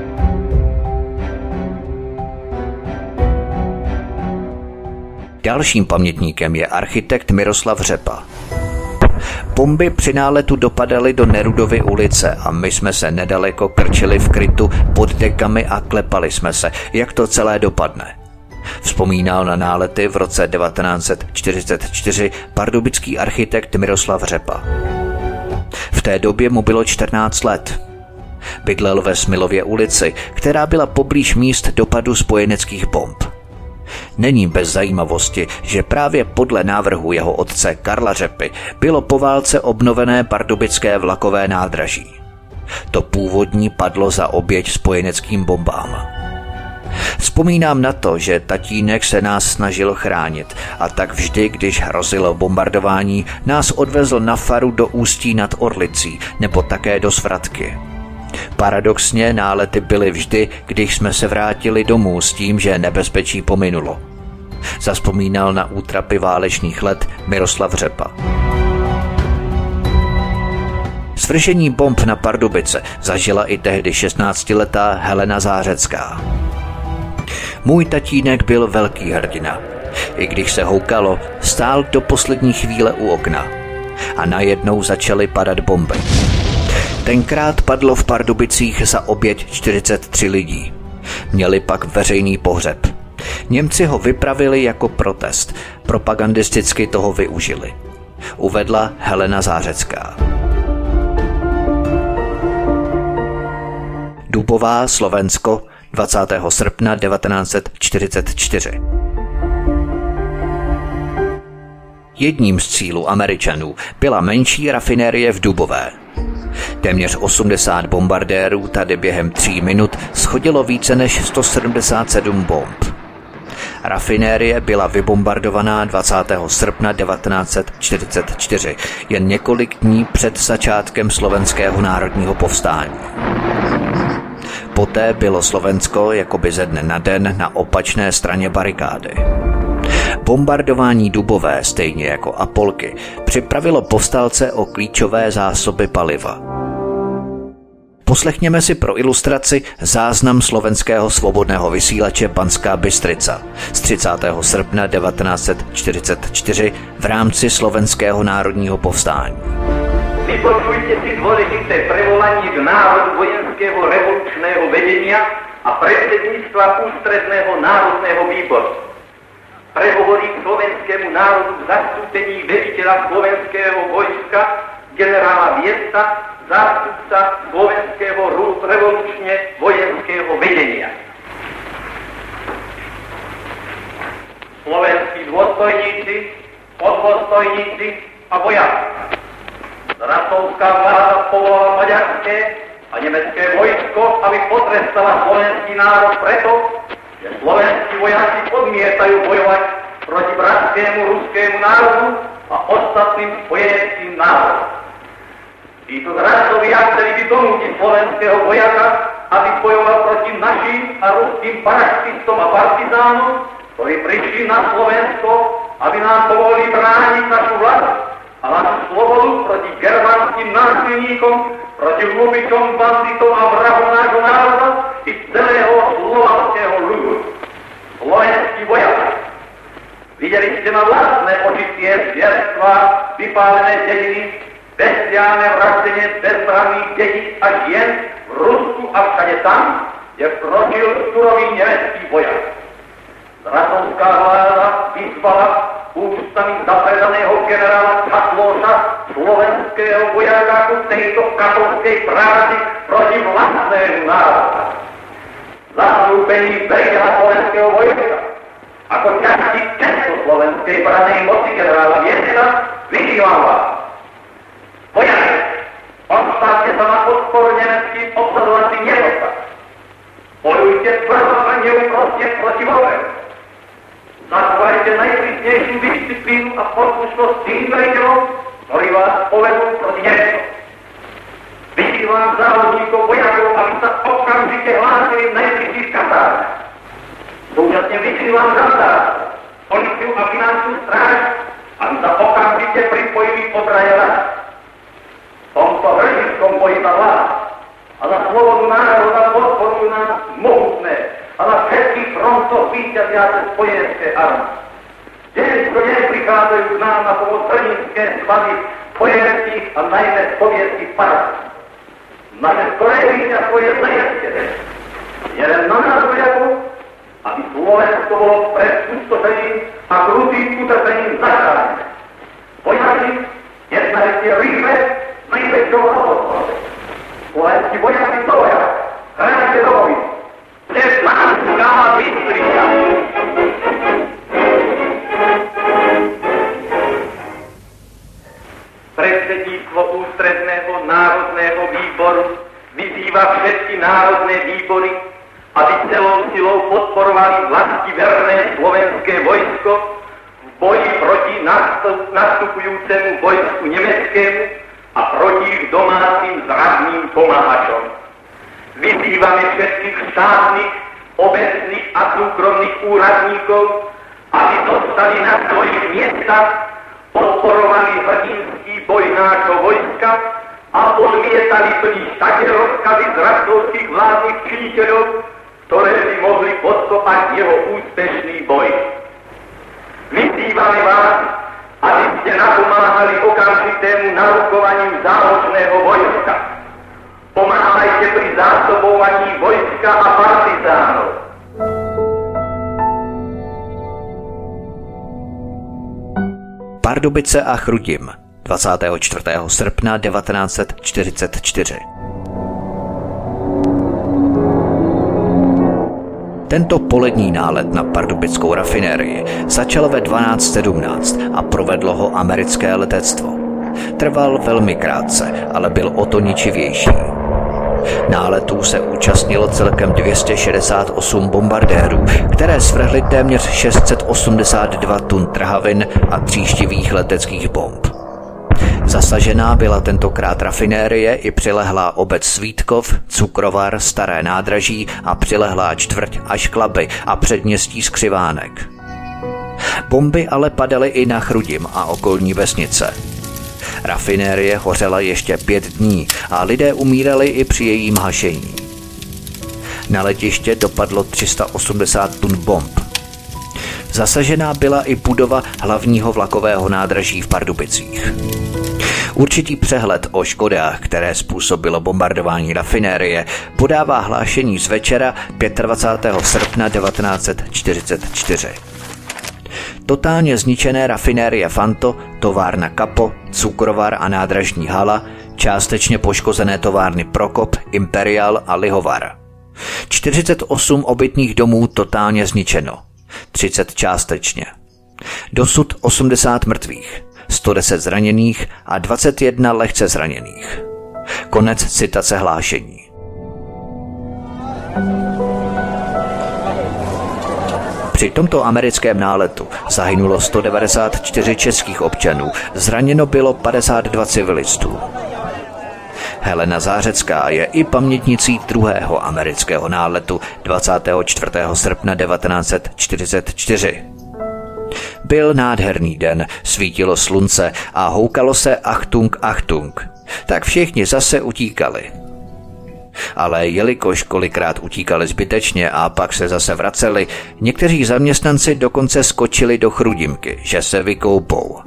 Dalším pamětníkem je architekt Miroslav Řepa. Bomby při náletu dopadaly do Nerudovy ulice a my jsme se nedaleko krčili v krytu pod dekami a klepali jsme se, jak to celé dopadne. Vzpomínal na nálety v roce 1944 pardubický architekt Miroslav Řepa. V té době mu bylo 14 let. Bydlel ve Smilově ulici, která byla poblíž míst dopadu spojeneckých bomb. Není bez zajímavosti, že právě podle návrhu jeho otce Karla Řepy bylo po válce obnovené pardubické vlakové nádraží. To původní padlo za oběť spojeneckým bombám. Vzpomínám na to, že tatínek se nás snažil chránit a tak vždy, když hrozilo bombardování, nás odvezl na faru do Ústí nad Orlicí nebo také do Svratky. Paradoxně nálety byly vždy, když jsme se vrátili domů s tím, že nebezpečí pominulo. Zavzpomínal na útrapy válečných let Miroslav Řepa. Svržení bomb na Pardubice zažila i tehdy 16letá Helena Zářecká. Můj tatínek byl velký hrdina. I když se houkalo, stál do poslední chvíle u okna. A najednou začaly padat bomby. Tenkrát padlo v Pardubicích za oběť 43 lidí. Měli pak veřejný pohřeb. Němci ho vypravili jako protest. Propagandisticky toho využili. Uvedla Helena Zářecká. Dubová, Slovensko, 20. srpna 1944. Jedním z cílů Američanů byla menší rafinérie v Dubové. Téměř 80 bombardérů tady během 3 minut shodilo více než 177 bomb. Rafinérie byla vybombardovaná 20. srpna 1944, jen několik dní před začátkem Slovenského národního povstání. Poté bylo Slovensko jakoby ze dne na den na opačné straně barikády. Bombardování Dubové, stejně jako Apolky, připravilo povstalce o klíčové zásoby paliva. Poslechněme si pro ilustraci záznam slovenského svobodného vysílače Banská Bystrica z 30. srpna 1944 v rámci Slovenského národního povstání. Vypočujte si dôležité prevolanie k národu vojenského revolučného vedenia a predsedníctva ústredného národného výboru. Prehovorí k slovenskému národu v zastúpení veliteľa slovenského vojska, generála Viesta, zástupca slovenského revolučne vojenského vedenia. Slovenskí dôstojníci, podôstojníci a vojáci. Ratovská vláda povolala maďarské a nemecké vojsko, aby potrestala slovenský národ preto, že slovenskí vojáci odmietajú bojovať proti bratskému ruskému národu a ostatným spojeneckým národom. Títo zradcovia chceli by donútiť slovenského vojaka, aby bojoval proti našim a ruským paraštistom a partizánom, ktorí prišli na Slovensko, aby nám povolili brániť našu vlast a našu slobodu proti germánskym násilníkom, proti hlubičom, banditom a vrahom nášho národa i celého slovanského ľudu. Slovenskí vojaci. Videli ste na vlastné oči tie zvierstvá, vypálené dediny, bestiálne vraždenie bezbranných detí a žien v Rusku a všade tam, kde vkročil surový nemecký vojak. Ratovská vláda vyzvala ústami zapredaného generála Čatloša slovenského vojaka ku tejto katolskej práci proti vlastnému národu. Zastúpení veliteľa slovenského vojska ako časti Československa slovenskej branej moci generála Viesena, vyzývam vás. Vojaci, postavte sa na podporu nemeckým obsadovacím jednotkám. Bojujte tvrdo a neúprostne proti vojne. Zachovajte najprísnejšiu disciplínu a poslušnosť tým veliteľom, ktorí vás povedú proti Nemeckom. Vyzývam závodníkov vojakov, aby sa okamžite hlásili v najbližších kasárnach. Súčasne vyzývam žandárov, policiu a finančnú stráž, aby sa okamžite pripojili obrane rad. V tomto hrdickom boji za vlád a za slobodu národa podporujú nás mohutné a na všetkých frontoch víťaziace spojenské armády. Deň čo deň prichádzajú k nám na pomoc hrdinské sklady spojenských a najmä sovietských parádov. Naše skoré víťazstvo je zajistené. Jeden na nás vojakov, aby Slovensko bolo pred pustošením a krutým utrpením zachránené. Vojaci, jednajte rýchle s najväčšou radosťou. Slovenskí vojaci stoja, hrajte do vojny. Teplánska Bystrica. Predsedníctvo Ústredného národného výboru vyzýva všetky národné výbory, aby celou silou podporovali vlastiverné slovenské vojsko v boji proti nastupujúcemu vojsku nemeckému a proti ich domácim zradným pomáhačom. Vyzývame všetkých štátnych, obecných a súkromných úradníkov, aby zostali na svojich miestach, podporovali hrdinský boj nášho vojska a odmietali plniť také rozkazy zradcovských vládnych činiteľov, ktoré by mohli podkopať jeho úspešný boj. Vyzývame vás, aby ste napomáhali okamžitému narukovaniu záložného vojska. Pomáhajte pri zásobovaní vojska a partizánov. Pardubice a Chrudim, 24. srpna 1944. Tento polední nálet na pardubickou rafinérii začal ve 12:17 a provedlo ho americké letectvo. Trval velmi krátce, ale byl o to ničivější. Náletů se účastnilo celkem 268 bombardérů, které svrhly téměř 682 tun trhavin a tříštivých leteckých bomb. Zasažená byla tentokrát rafinérie i přilehlá obec Svítkov, cukrovar, Staré nádraží a přilehlá čtvrť až Klaby a předměstí Skřivánek. Bomby ale padaly i na Chrudim a okolní vesnice. Rafinérie hořela ještě 5 dní a lidé umírali i při jejím hašení. Na letiště dopadlo 380 tun bomb. Zasažená byla i budova hlavního vlakového nádraží v Pardubicích. Určitý přehled o škodách, které způsobilo bombardování rafinérie, podává hlášení z večera 25. srpna 1944. Totálně zničené rafinérie Fanto, továrna Kapo, cukrovar a nádražní hala, částečně poškozené továrny Prokop, Imperial a Lihovar. 48 obytných domů totálně zničeno, 30 částečně. Dosud 80 mrtvých, 110 zraněných a 21 lehce zraněných. Konec citace hlášení. Při tomto americkém náletu zahynulo 194 českých občanů, zraněno bylo 52 civilistů. Helena Zářecká je i pamětnicí druhého amerického náletu 24. srpna 1944. Byl nádherný den, svítilo slunce a houkalo se Achtung, Achtung. Tak všichni zase utíkali. Ale jelikož kolikrát utíkali zbytečně a pak se zase vraceli, někteří zaměstnanci dokonce skočili do Chrudimky, že se vykoupou.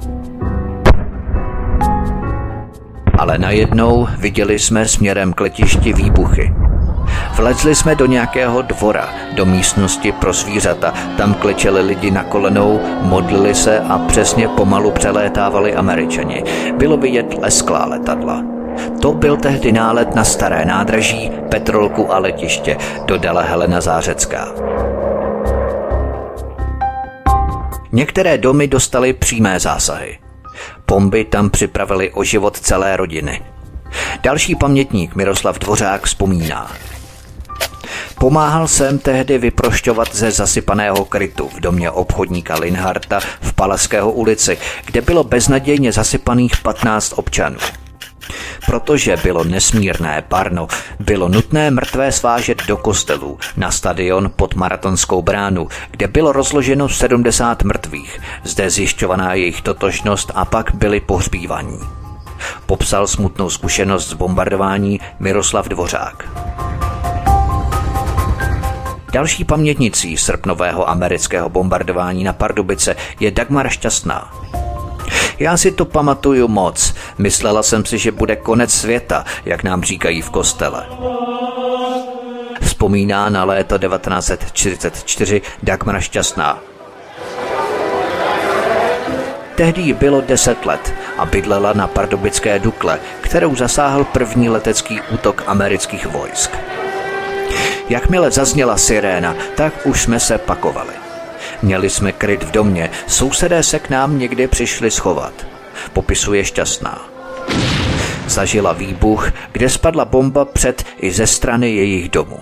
Ale najednou viděli jsme směrem k letišti výbuchy. Vlezli jsme do nějakého dvora, do místnosti pro zvířata. Tam klečeli lidi na kolenou, modlili se a přesně pomalu přelétávali Američani. Bylo vidět lesklá letadla. To byl tehdy nálet na Staré nádraží, Petrolku a letiště, dodala Helena Zářecká. Některé domy dostaly přímé zásahy. Bomby tam připravily o život celé rodiny. Další pamětník Miroslav Dvořák vzpomíná. Pomáhal jsem tehdy vyprošťovat ze zasypaného krytu v domě obchodníka Linharta v Palaského ulici, kde bylo beznadějně zasypaných 15 občanů. Protože bylo nesmírné parno, bylo nutné mrtvé svážet do kostelů, na stadion pod Maratonskou bránu, kde bylo rozloženo 70 mrtvých, zde zjišťovaná jejich totožnost a pak byli pohřbívaní. Popsal smutnou zkušenost z bombardování Miroslav Dvořák. Další pamětnicí srpnového amerického bombardování na Pardubice je Dagmar Šťastná. Já si to pamatuju moc. Myslela jsem si, že bude konec světa, jak nám říkají v kostele. Vzpomíná na léto 1944 Dagmar Šťastná. Tehdy jí bylo 10 let a bydlela na pardubické Dukle, kterou zasáhl první letecký útok amerických vojsk. Jakmile zazněla siréna, tak už jsme se pakovali. Měli jsme kryt v domě, sousedé se k nám někdy přišli schovat. Popisuje Šťastná. Zažila výbuch, kde spadla bomba před i ze strany jejich domu.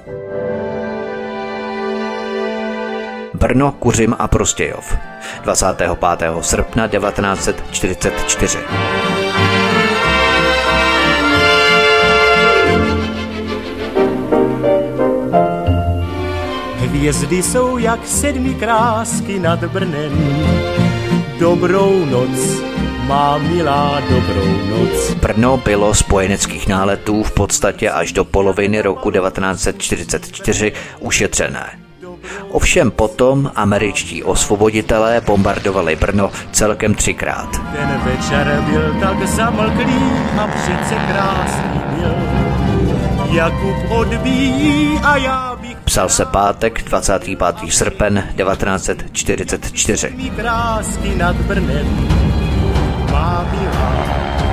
Brno, Kuřim a Prostějov. 25. srpna 1944. Hvězdy jsou jak 7 krásky nad Brnem. Dobrou noc, má milá, dobrou noc. Brno bylo spojeneckých náletů v podstatě až do poloviny roku 1944 ušetřené. Ovšem potom američtí osvoboditelé bombardovali Brno celkem 3krát. Ten večer byl tak zamlklý a přece krásný byl. Jakub odbíjí a já bych... Psal se pátek 25. srpen 1944. Krásky nad Brnem, má milá.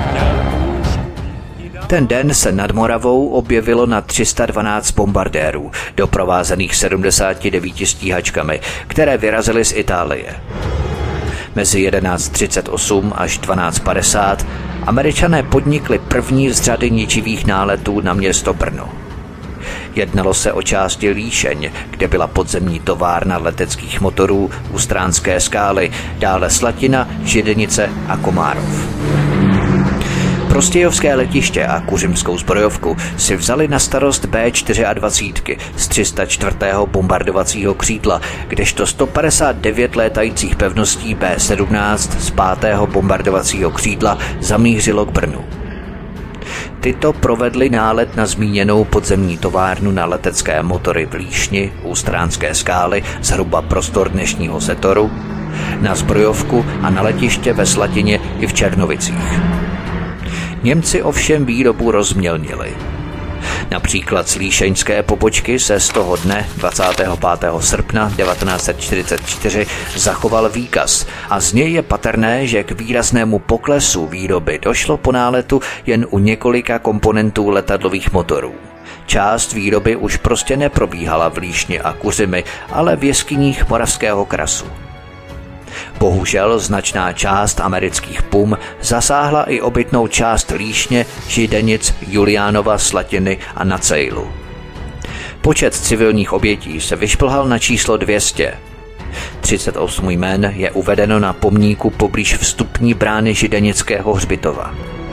Ten den se nad Moravou objevilo na 312 bombardérů, doprovázených 79 stíhačkami, které vyrazily z Itálie. Mezi 11:38 až 12:50 Američané podnikli první z řady ničivých náletů na město Brno. Jednalo se o části Líšeň, kde byla podzemní továrna leteckých motorů u Stránské skály, dále Slatina, Židenice a Komárov. Prostějovské letiště a kuřimskou zbrojovku si vzali na starost B-24 z 304. bombardovacího křídla, kdežto 159 létajících pevností B-17 z 5. bombardovacího křídla zamířilo k Brnu. Tyto provedly nálet na zmíněnou podzemní továrnu na letecké motory v Líšni u Stránské skály, zhruba prostor dnešního Setoru, na zbrojovku a na letiště ve Slatině i v Černovicích. Němci ovšem výrobu rozmělnili. Například z líšeňské pobočky se z toho dne 25. srpna 1944 zachoval výkaz a z něj je patrné, že k výraznému poklesu výroby došlo po náletu jen u několika komponentů letadlových motorů. Část výroby už prostě neprobíhala v Líšni a Kuřimi, ale v jeskyních Moravského krasu. Bohužel značná část amerických pum zasáhla i obytnou část Líšně, Židenic, Juliánova, Slatiny a Nacejlu. Počet civilních obětí se vyšplhal na číslo 200. 38 jmén je uvedeno na pomníku poblíž vstupní brány Židenického hřbitova.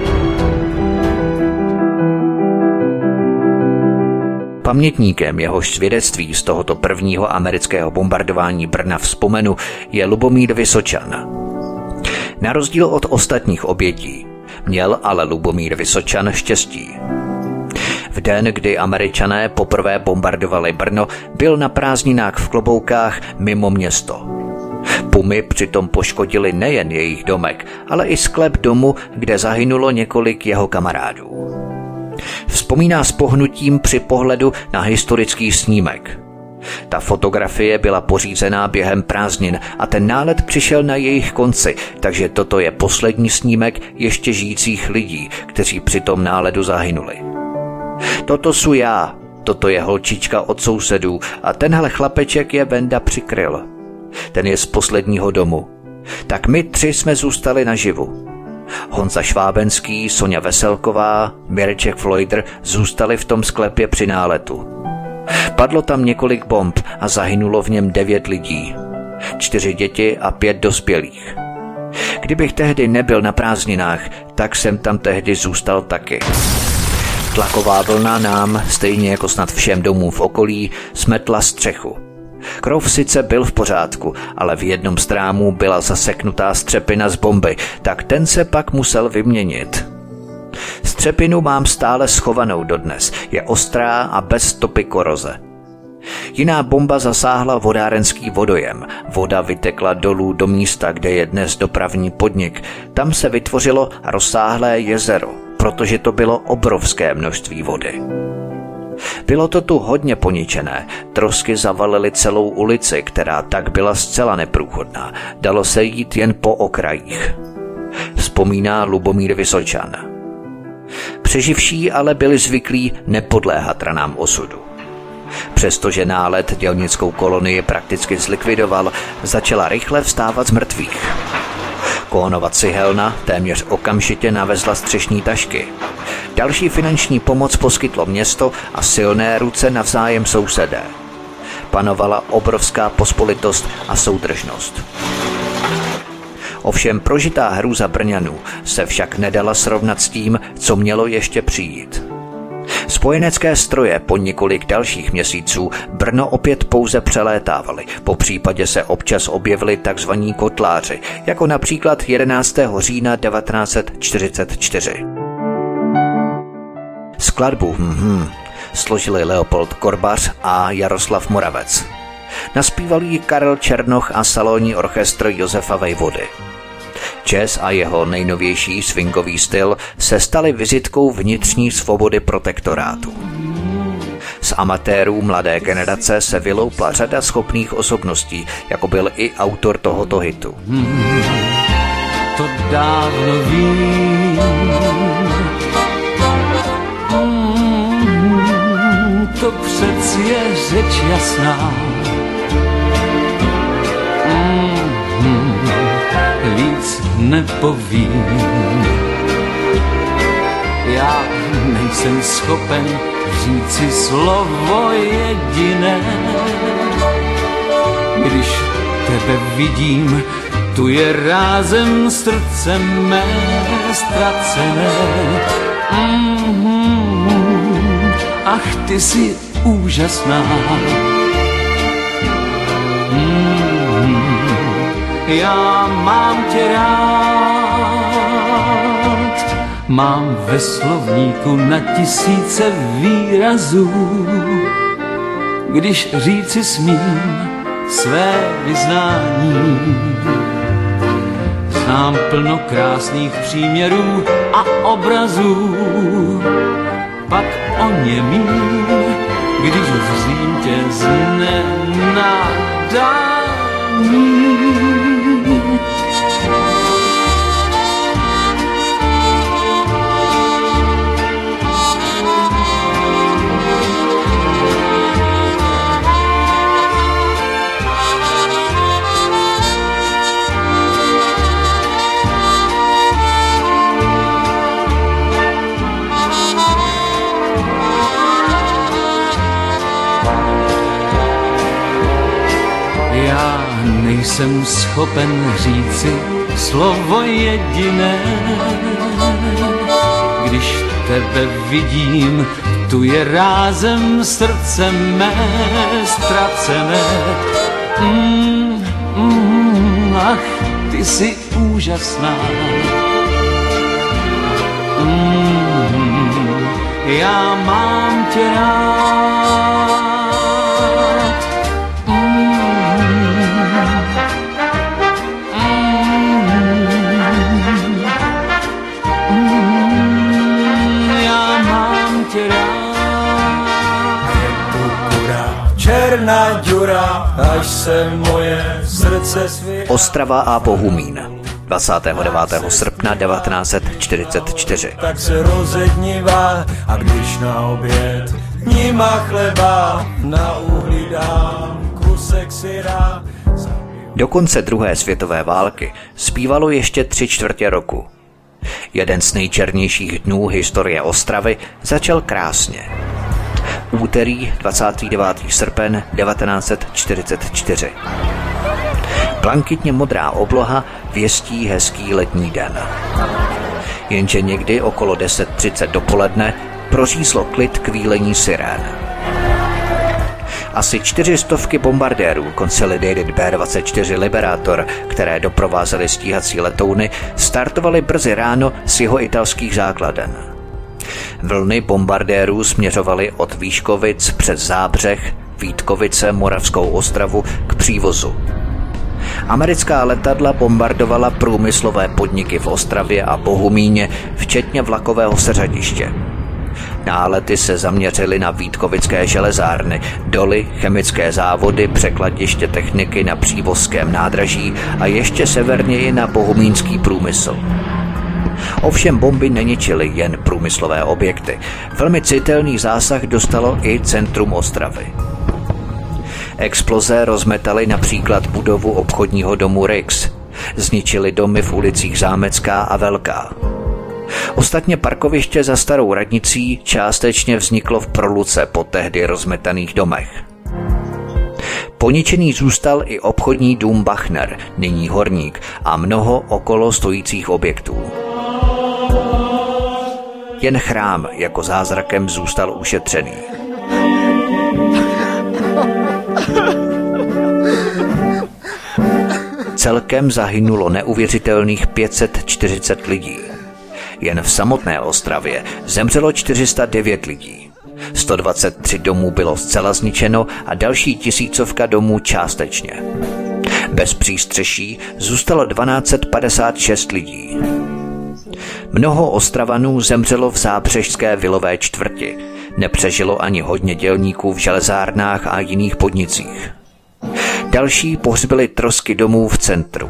Pamětníkem, jehož svědectví z tohoto prvního amerického bombardování Brna vzpomenu, je Lubomír Vysočan. Na rozdíl od ostatních obětí měl ale Lubomír Vysočan štěstí. V den, kdy Američané poprvé bombardovali Brno, byl na prázdninách v Kloboukách mimo město. Pumy přitom poškodili nejen jejich domek, ale i sklep domu, kde zahynulo několik jeho kamarádů. Vzpomíná s pohnutím při pohledu na historický snímek. Ta fotografie byla pořízená během prázdnin a ten nálet přišel na jejich konci, takže toto je poslední snímek ještě žijících lidí, kteří při tom náledu zahynuli. Toto jsou já, toto je holčička od sousedů a tenhle chlapeček je Venda Přikryl. Ten je z posledního domu, Tak my 3 jsme zůstali naživu. Honza Švábenský, Soňa Veselková, Mireček Floyder zůstali v tom sklepě při náletu. Padlo tam několik bomb a zahynulo v něm 9 lidí. 4 děti a 5 dospělých. Kdybych tehdy nebyl na prázdninách, tak jsem tam tehdy zůstal taky. Tlaková vlna nám, stejně jako snad všem domům v okolí, smetla střechu. Krov sice byl v pořádku, ale v jednom strámu byla zaseknutá střepina z bomby, tak ten se pak musel vyměnit. Střepinu mám stále schovanou dodnes, je ostrá a bez stopy koroze. Jiná bomba zasáhla vodárenský vodojem. Voda vytekla dolů do místa, kde je dnes dopravní podnik. Tam se vytvořilo rozsáhlé jezero, protože to bylo obrovské množství vody. Bylo to tu hodně poničené, trosky zavalily celou ulici, která tak byla zcela neprůchodná. Dalo se jít jen po okrajích. Vzpomíná Lubomír Vysočan. Přeživší ale byli zvyklí nepodléhat ranám osudu. Přestože nálet dělnickou kolonii prakticky zlikvidoval, začala rychle vstávat z mrtvých. Kohonova cihelna téměř okamžitě navezla střešní tašky. Další finanční pomoc poskytlo město a silné ruce navzájem sousedé. Panovala obrovská pospolitost a soudržnost. Ovšem prožitá hrůza Brňanů se však nedala srovnat s tím, co mělo ještě přijít. Spojenecké stroje po několik dalších měsíců Brno opět pouze přelétávaly, po případě se občas objevili tzv. Kotláři, jako například 11. října 1944. Skladbu složili Leopold Korbař a Jaroslav Moravec. Naspíval ji Karel Černoch a salonní orchestr Josefa Vejvody. Jazz a jeho nejnovější swingový styl se staly vizitkou vnitřní svobody protektorátu. Z amatérů mladé generace se vyloupla řada schopných osobností, jako byl i autor tohoto hitu. To dávno vím, to přeci je řeč jasná. Víc nepovím. Já nejsem schopen říci slovo jediné. Když tebe vidím, tu je rázem srdce mé ztracené. Ach, ty jsi úžasná. Já mám tě rád, mám ve slovníku na tisíce výrazů. Když říci smím své vyznání, znám plno krásných příměrů a obrazů. Pak oněmím, když vzím tě z nenadání. Nejsem schopen říci slovo jediné. Když tebe vidím, tu je rázem srdce mé ztracené. Ach, ty jsi úžasná. Já mám tě rád. Černá děra, až se moje srdce svět. Ostrava a Bohumín, 29. srpna 1944. Tak se rozednívá a když na oběd níma chleba, na uhlí dám kusek syra. Do konce druhé světové války zbývalo ještě 3/4 roku. Jeden z nejčernějších dnů historie Ostravy začal krásně. Úterý 29. srpen 1944. Blankitně modrá obloha věstí hezký letní den. Jenže někdy okolo 10:30 dopoledne prořízlo klid kvílení sirén. Asi 400 bombardérů Consolidated B-24 Liberator, které doprovázely stíhací letouny, startovaly brzy ráno z jihoitalských základen. Vlny bombardérů směřovaly od Výškovic přes Zábřeh, Vítkovice, Moravskou Ostravu k přívozu. Americká letadla bombardovala průmyslové podniky v Ostravě a Bohumíně, včetně vlakového seřadiště. Nálety se zaměřily na vítkovické železárny, doly, chemické závody, překladiště techniky na Přívozském nádraží a ještě severněji na bohumínský průmysl. Ovšem bomby neničily jen průmyslové objekty. Velmi citelný zásah dostalo i centrum Ostravy. Exploze rozmetaly například budovu obchodního domu Rix. Zničily domy v ulicích Zámecká a Velká. Ostatně parkoviště za starou radnicí částečně vzniklo v Proluce po tehdy rozmetaných domech. Poničený zůstal i obchodní dům Bachner, nyní Horník, a mnoho okolo stojících objektů. Jen chrám jako zázrakem zůstal ušetřený. Celkem zahynulo neuvěřitelných 540 lidí. Jen v samotné Ostravě zemřelo 409 lidí. 123 domů bylo zcela zničeno a další 1000 domů částečně. Bez přístřeší zůstalo 1256 lidí. Mnoho Ostravanů zemřelo v zábřežské vilové čtvrti. Nepřežilo ani hodně dělníků v železárnách a jiných podnicích. Další pohřbili trosky domů v centru.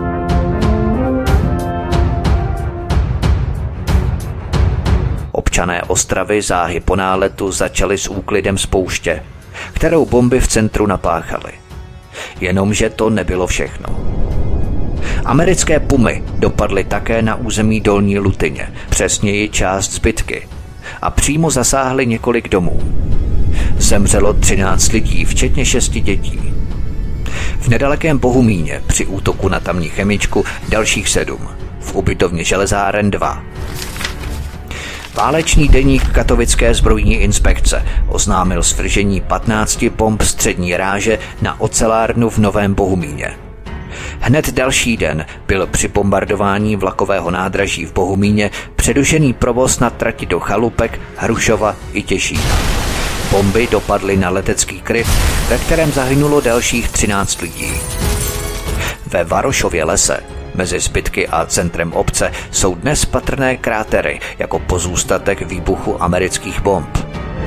Občané Ostravy záhy po náletu začali s úklidem z pouště, kterou bomby v centru napáchaly. Jenomže to nebylo všechno. Americké pumy dopadly také na území Dolní Lutyně, přesněji část Zbytky, a přímo zasáhly několik domů. Zemřelo 13 lidí, včetně 6 dětí. V nedalekém Bohumíně při útoku na tamní chemičku dalších 7, v ubytovně železáren 2. Válečný deník Katovické zbrojní inspekce oznámil svržení 15 bomb střední ráže na ocelárnu v Novém Bohumíně. Hned další den byl při bombardování vlakového nádraží v Bohumíně přerušený provoz na trati do Chalupek, Hrušova i Těšína. Bomby dopadly na letecký kryt, ve kterém zahynulo dalších 13 lidí. Ve Varošově lese mezi Zbytky a centrem obce jsou dnes patrné krátery jako pozůstatek výbuchu amerických bomb.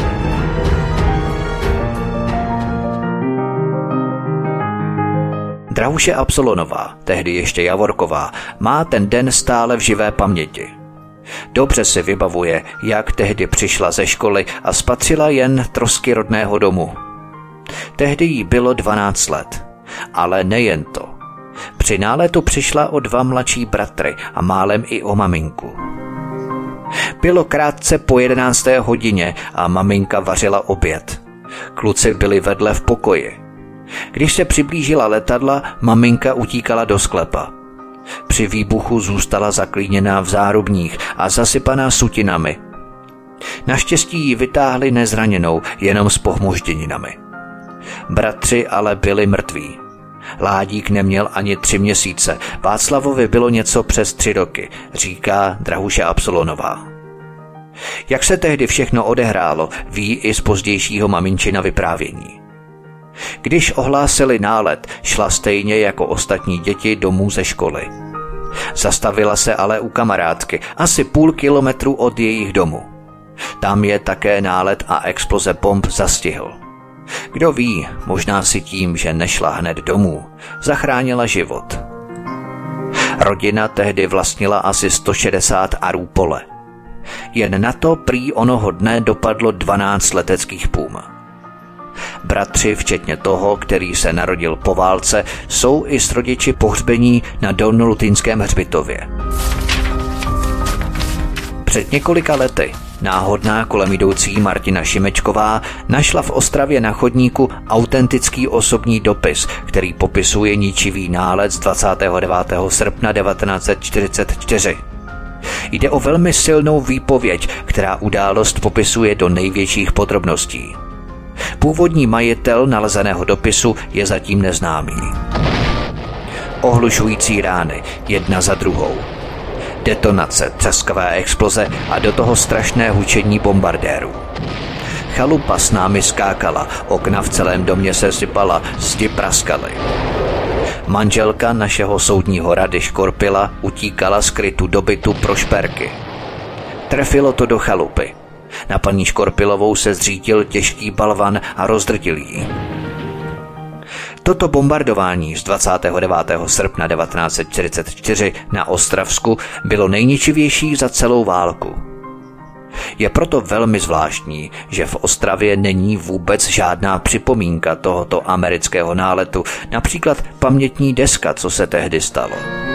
Drahuše Absolonová, tehdy ještě Javorková, má ten den stále v živé paměti. Dobře si vybavuje, jak tehdy přišla ze školy a spatřila jen trosky rodného domu. Tehdy jí bylo 12 let, ale nejen to. Při náletu přišla o 2 mladší bratry a málem i o maminku. Bylo krátce po 11. hodině a maminka vařila oběd. Kluci byli vedle v pokoji. Když se přiblížila letadla, maminka utíkala do sklepa. Při výbuchu zůstala zaklíněná v zárubních a zasypaná sutinami. Naštěstí ji vytáhli nezraněnou, jenom s pohmožděninami. Bratři ale byli mrtví. Ládík neměl ani 3 měsíce, Václavovi bylo něco přes 3 roky, říká Drahuše Absolonová. Jak se tehdy všechno odehrálo, ví i z pozdějšího maminčina vyprávění. Když ohlásili nálet, šla stejně jako ostatní děti domů ze školy. Zastavila se ale u kamarádky, asi půl kilometru od jejich domu. Tam je také nálet a exploze bomb zastihl. Kdo ví, možná si tím, že nešla hned domů, zachránila život. Rodina tehdy vlastnila asi 160 arů pole. Jen na to prý onoho dne dopadlo 12 leteckých pum. Bratři, včetně toho, který se narodil po válce, jsou i s rodiči pohřbení na Dolnolutýnském hřbitově. Před několika lety náhodná kolem jdoucí Martina Šimečková našla v Ostravě na chodníku autentický osobní dopis, který popisuje ničivý nálet z 29. srpna 1944. Jde o velmi silnou výpověď, která událost popisuje do největších podrobností. Původní majitel nalezeného dopisu je zatím neznámý. Ohlušující rány, jedna za druhou. Detonace, třaskavé exploze a do toho strašné hučení bombardérů. Chalupa s námi skákala, okna v celém domě se sypala, zdi praskaly. Manželka našeho soudního rady Škorpila utíkala z krytu do bytu pro šperky. Trefilo to do chalupy. Na paní Škorpilovou se zřítil těžký balvan a rozdrtil ji. Toto bombardování z 29. srpna 1944 na Ostravsku bylo nejničivější za celou válku. Je proto velmi zvláštní, že v Ostravě není vůbec žádná připomínka tohoto amerického náletu, například pamětní deska, co se tehdy stalo.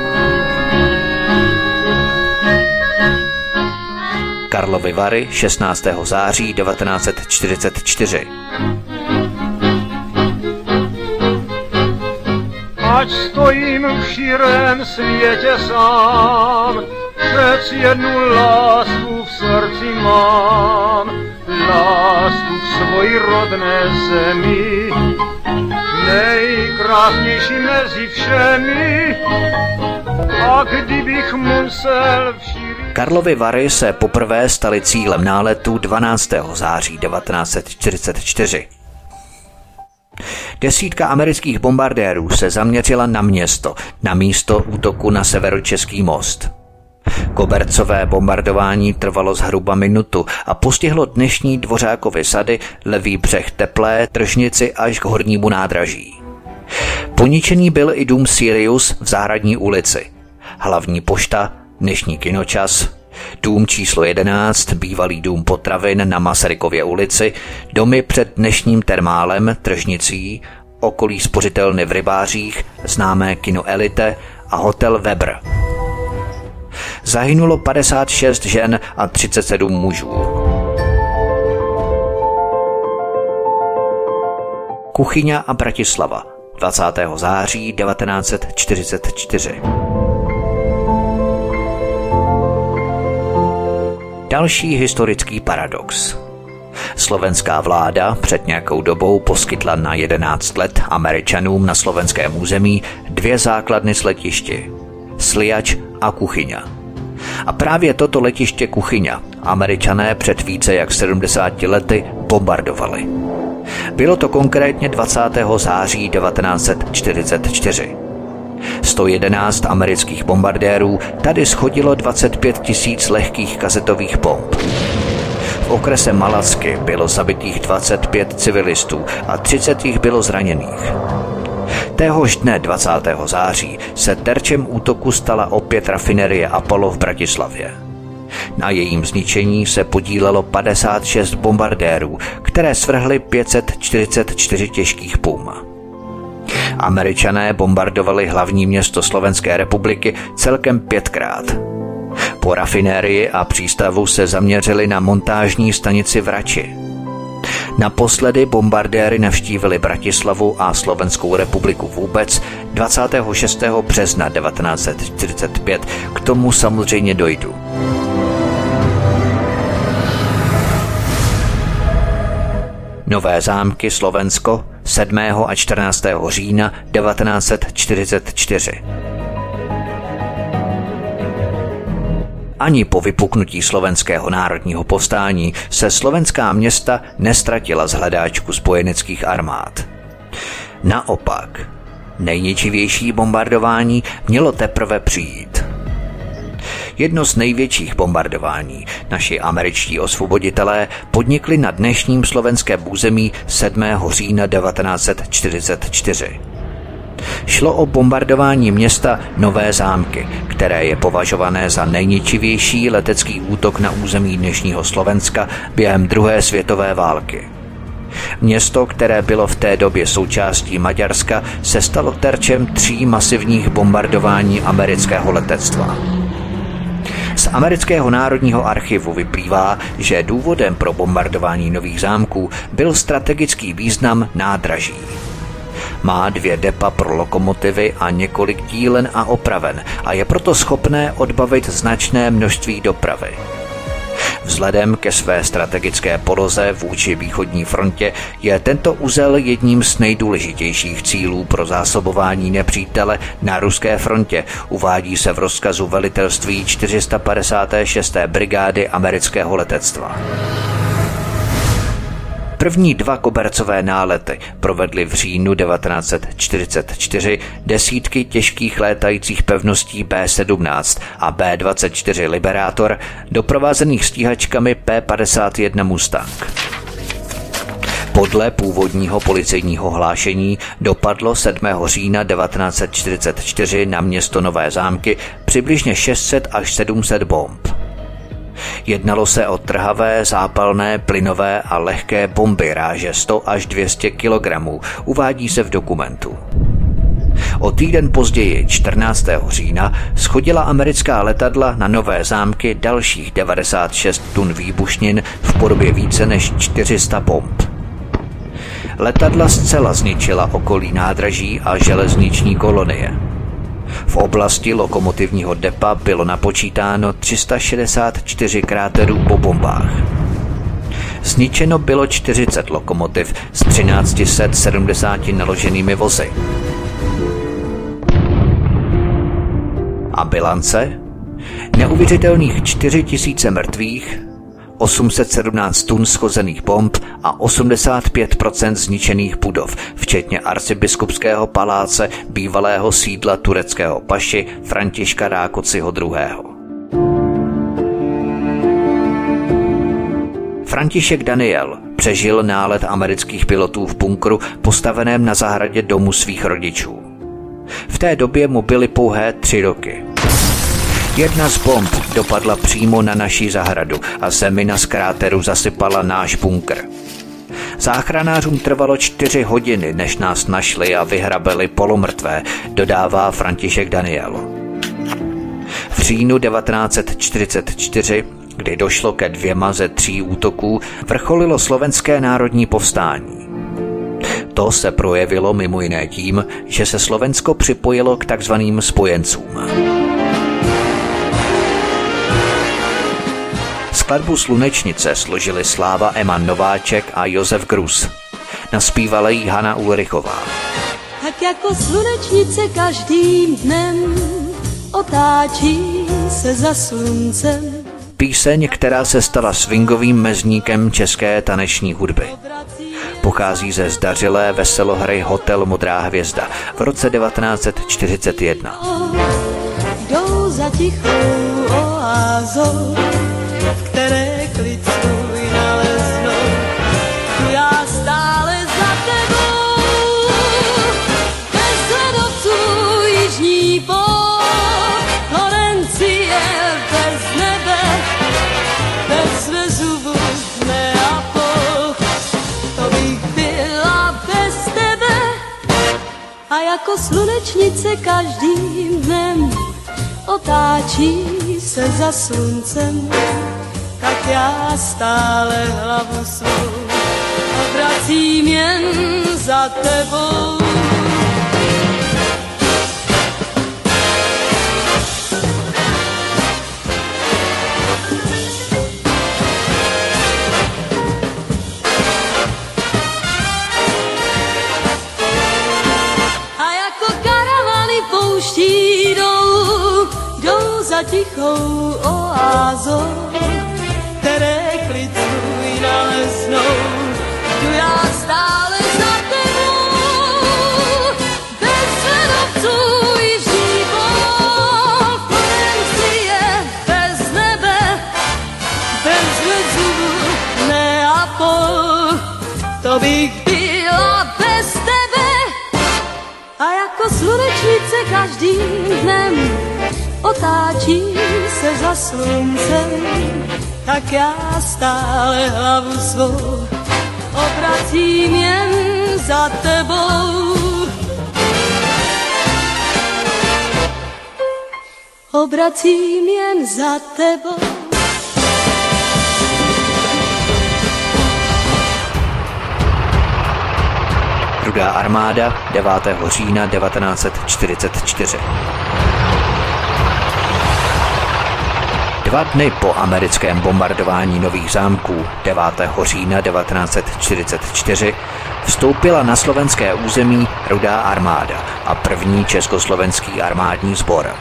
Karlovy Vary, 16. září 1944. Ať stojím v širém světě sám, přec jednu lásku v srdci mám, lásku k svojí rodné zemi, nejkrásnější mezi všemi, a kdybych musel Karlovy Vary se poprvé staly cílem náletu 12. září 1944. Desítka amerických bombardérů se zaměřila na město, na místo útoku na Severočeský most. Kobercové bombardování trvalo zhruba minutu a postihlo dnešní Dvořákovy sady, Levý břeh Teplé, Tržnici až k Hornímu nádraží. Poničený byl i dům Sirius v Zahradní ulici, hlavní pošta, dnešní kinočas, dům číslo 11, bývalý dům potravin na Masarykově ulici, domy před dnešním termálem, Tržnicí, okolí spořitelny v Rybářích, známé kino Elite a hotel Weber. Zahynulo 56 žen a 37 mužů. Kuchyňa a Bratislava, 20. září 1944. Další historický paradox. Slovenská vláda před nějakou dobou poskytla na 11 let Američanům na slovenském území 2 základny s letišti. Sliač a Kuchyňa. A právě toto letiště Kuchyňa Američané před více jak 70 lety bombardovali. Bylo to konkrétně 20. září 1944. 111 amerických bombardérů tady shodilo 25 000 lehkých kazetových bomb. V okrese Malacky bylo zabitých 25 civilistů a 30 jich bylo zraněných. Téhož dne 20. září se terčem útoku stala opět rafinerie Apollo v Bratislavě. Na jejím zničení se podílelo 56 bombardérů, které svrhly 544 těžkých pum. Američané bombardovali hlavní město Slovenské republiky celkem 5krát. Po rafinérii a přístavu se zaměřili na montážní stanici v Rači. Naposledy bombardéry navštívili Bratislavu a Slovenskou republiku vůbec 26. března 1945. K tomu samozřejmě dojdu. Nové Zámky, Slovensko, 7. a 14. října 1944. Ani po vypuknutí slovenského národního povstání se slovenská města nestratila z hledáčku spojeneckých armád. Naopak, nejničivější bombardování mělo teprve přijít. Jedno z největších bombardování naši američtí osvoboditelé podnikli na dnešním slovenském území 7. října 1944. Šlo o bombardování města Nové Zámky, které je považované za nejničivější letecký útok na území dnešního Slovenska během druhé světové války. Město, které bylo v té době součástí Maďarska, se stalo terčem 3 masivních bombardování amerického letectva. Z amerického národního archivu vyplývá, že důvodem pro bombardování Nových Zámků byl strategický význam nádraží. Má 2 depa pro lokomotivy a několik dílen a opraven a je proto schopné odbavit značné množství dopravy. Vzhledem ke své strategické poloze vůči východní frontě je tento uzel jedním z nejdůležitějších cílů pro zásobování nepřítele na ruské frontě, uvádí se v rozkazu velitelství 456. brigády amerického letectva. První 2 kobercové nálety provedly v říjnu 1944 desítky těžkých létajících pevností B-17 a B-24 Liberátor, doprovázených stíhačkami P-51 Mustang. Podle původního policejního hlášení dopadlo 7. října 1944 na město Nové Zámky přibližně 600 až 700 bomb. Jednalo se o trhavé, zápalné, plynové a lehké bomby ráže 100 až 200 kg, uvádí se v dokumentu. O týden později, 14. října, shodila americká letadla na Nové Zámky dalších 96 tun výbušnin v podobě více než 400 bomb. Letadla zcela zničila okolí nádraží a železniční kolonie. V oblasti lokomotivního depa bylo napočítáno 364 kráterů po bombách. Zničeno bylo 40 lokomotiv s 1370 naloženými vozy. A bilance? Neuvěřitelných 4000 mrtvých, 817 tun schozených bomb a 85% zničených budov, včetně arcibiskupského paláce, bývalého sídla tureckého paši Františka Rákociho II. František Daniel přežil nálet amerických pilotů v bunkru postaveném na zahradě domu svých rodičů. V té době mu byly pouhé 3 roky. Jedna z bomb dopadla přímo na naši zahradu a zemina z kráteru zasypala náš bunkr. Záchranářům trvalo 4 hodiny, než nás našli a vyhrabeli polomrtvé, dodává František Daniel. V říjnu 1944, kdy došlo ke 2 ze 3 útoků, vrcholilo slovenské národní povstání. To se projevilo mimo jiné tím, že se Slovensko připojilo k takzvaným spojencům. Skladbu Slunečnice složili Sláva Eman Nováček a Josef Grus. Naspívala jí Hana Ulrichová. Tak jako slunečnice každým dnem otáčí se za sluncem. Píseň, která se stala swingovým mezníkem české taneční hudby. Pochází ze zdařilé veselohry Hotel Modrá hvězda v roce 1941. Jdou za tichou oázou, které klid svůj naleznou, tu já stále za tebou, bez ledovců jižní pól, Florencie bez nebe, bez Vezuvu Neapol, to bych byla bez tebe, a jako slunečnice každým dnem otáčí se za sluncem, tak já stále hlavu svou obracím jen za tebou. A jako karavany pouští jdou za tichou oázou, které klid svůj naleznou, jdu já stále za tebou, bez ledovců jižní pól, Florencie bez nebe, bez Vezuvu Neapol, to bych byla bez tebe, a jako slunečnice každým dnem otáčí se za sluncem, tak já stále hlavu svou obracím obracím jen za tebou. Obracím jen za tebou. Rudá armáda 9. října 1944. 2 dny po americkém bombardování Nových Zámků 9. října 1944 vstoupila na slovenské území Rudá armáda a první československý armádní sbor.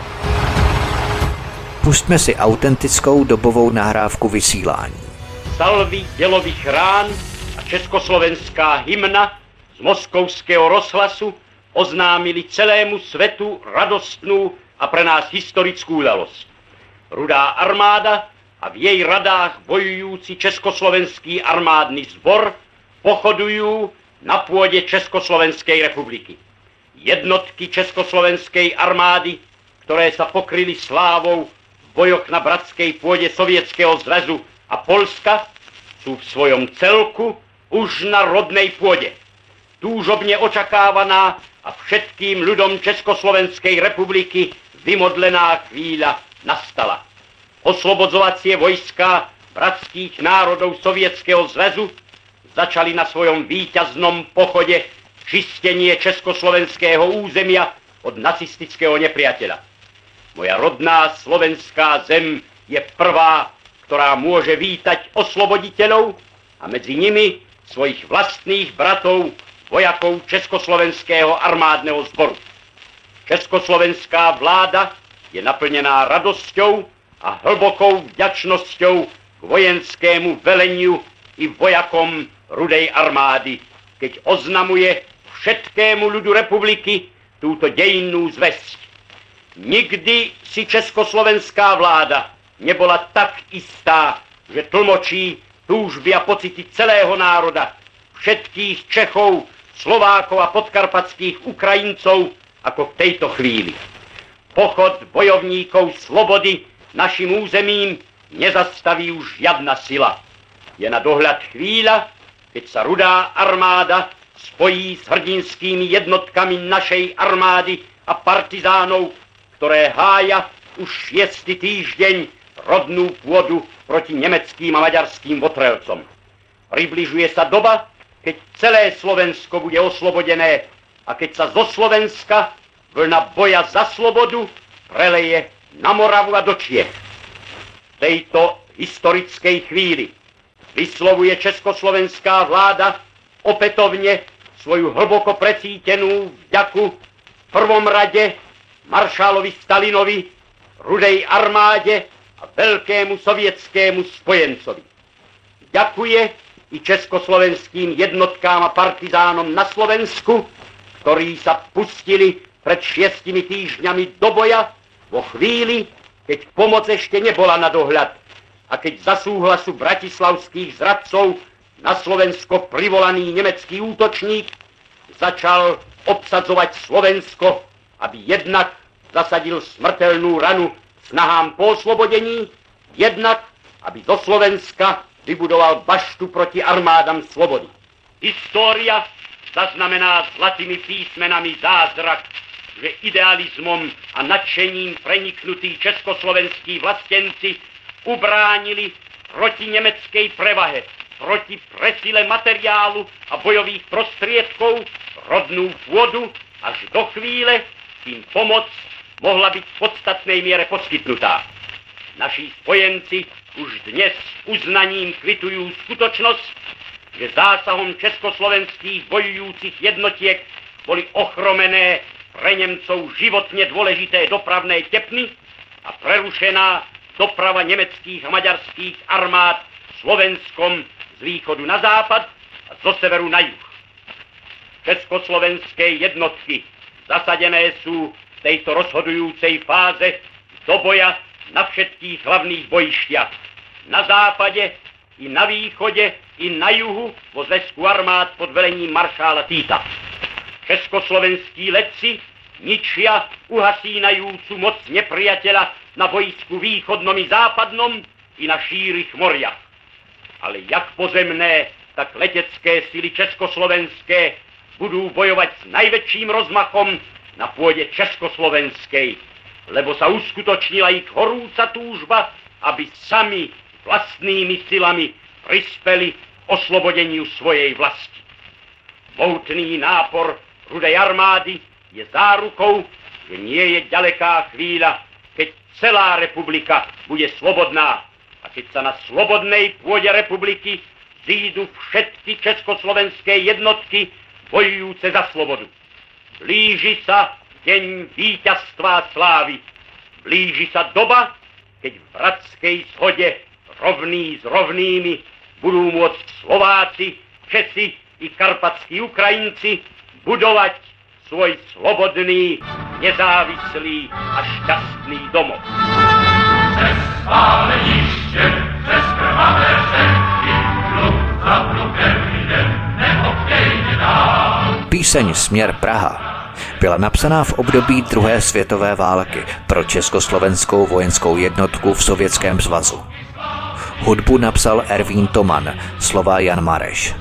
Pustme si autentickou dobovou nahrávku vysílání. Salvy dělových rán a československá hymna z moskovského rozhlasu oznámili celému světu radostnou a pre nás historickou udalost. Rudá armáda a v jej radách bojující československý armádní sbor pochodují na půdě Československé republiky. Jednotky československé armády, které se pokryly slávou v bojoch na bratské půdě Sovětského zväzu a Polska, jsou v svojom celku už na rodnej půdě. Túžobně očakávaná a všetkým ľudom Československej republiky vymodlená chvíľa nastala. Oslobodzovacie vojska bratských národov Sovětského zväzu začali na svojom víťaznom pochode čistenie československého územia od nacistického nepriateľa. Moja rodná slovenská zem je prvá, ktorá môže vítať osloboditeľov a medzi nimi svojich vlastných bratov, vojakov Československého armádneho sboru. Československá vláda je naplnená radosťou a hlbokou vďačnosťou k vojenskému veleniu i vojakom Rudej armády, keď oznamuje všetkému ľudu republiky túto dejinnú zvesť. Nikdy si československá vláda nebola tak istá, že tlmočí túžby a pocity celého národa, všetkých Čechov, Slovákov a podkarpatských Ukrajincov, ako v tejto chvíli. Pochod bojovníkov slobody našim územím nezastaví už žiadna sila. Je na dohľad chvíľa, keď sa Rudá armáda spojí s hrdinskými jednotkami našej armády a partizánov, ktoré hája už 6. týždeň rodnú pôdu proti nemeckým a maďarským votrelcom. Približuje sa doba, keď celé Slovensko bude oslobodené a keď sa zo Slovenska vlna boja za slobodu preleje na Moravu a do Čiech. V tejto historickej chvíli vyslovuje československá vláda opätovne svoju hlboko precítenú vďaku v prvom rade maršálovi Stalinovi, Rudej armáde a veľkému sovietskému spojencovi. Ďakuje i československým jednotkám a partizánom na Slovensku, ktorí sa pustili pred 6 týždňami do boja vo chvíli, keď pomoc ešte nebola na dohľad a keď za súhlasu bratislavských zradcov na Slovensko privolaný nemecký útočník začal obsadzovať Slovensko, aby jednak zasadil smrteľnú ranu snahám po oslobodení, jednak aby zo Slovenska vybudoval baštu proti armádam slobody. História zaznamená zlatými písmenami zázrak, že idealizmom a nadšením preniknutí československí vlastenci ubránili proti nemeckej prevahe, proti presile materiálu a bojových prostriedkov rodnú pôdu až do chvíle, kým pomoc mohla byť v podstatnej miere poskytnutá. Naši spojenci už dnes uznaním kvitujú skutočnosť, že zásahom československých bojujúcich jednotiek boli ochromené pre Nemcov životne dôležité dopravné tepny a prerušená doprava nemeckých a maďarských armád Slovenskom z východu na západ a zo severu na juh. Československé jednotky zasadené sú v tejto rozhodujúcej fáze do boja na všetkých hlavných bojišťach. Na západe i na východe i na juhu vo zväzku armád pod velením maršála Tita. Československí letci ničia uhasínajúcu moc nepriateľa na bojisku východnom i západnom i na šírých moriach. Ale jak pozemné, tak letecké síly československé budú bojovať s najväčším rozmachom na pôde československej, lebo sa uskutočnila ich horúca túžba, aby sami vlastnými silami prispeli oslobodeniu svojej vlasti. Mohutný nápor Rudej armády je zárukou, že nie je ďaleká chvíľa, keď celá republika bude slobodná a keď sa na slobodnej pôde republiky zídu všetky československé jednotky bojujúce za slobodu. Blíži sa deň víťazstva a slávy. Blíži sa doba, keď v bratskej shode rovní s rovnými budú môcť Slováci, Česi i karpatskí Ukrajinci budovať svoj slobodný, nezávislý a šťastný domov. Přes spáleniště, přes krvavé řeky, pluk za plukem jdem, neobkejně dál. Píseň Směr Praha byla napsaná v období druhé světové války pro československou vojenskou jednotku v Sovětském svazu. Hudbu napsal Ervín Toman, slova Jan Mareš.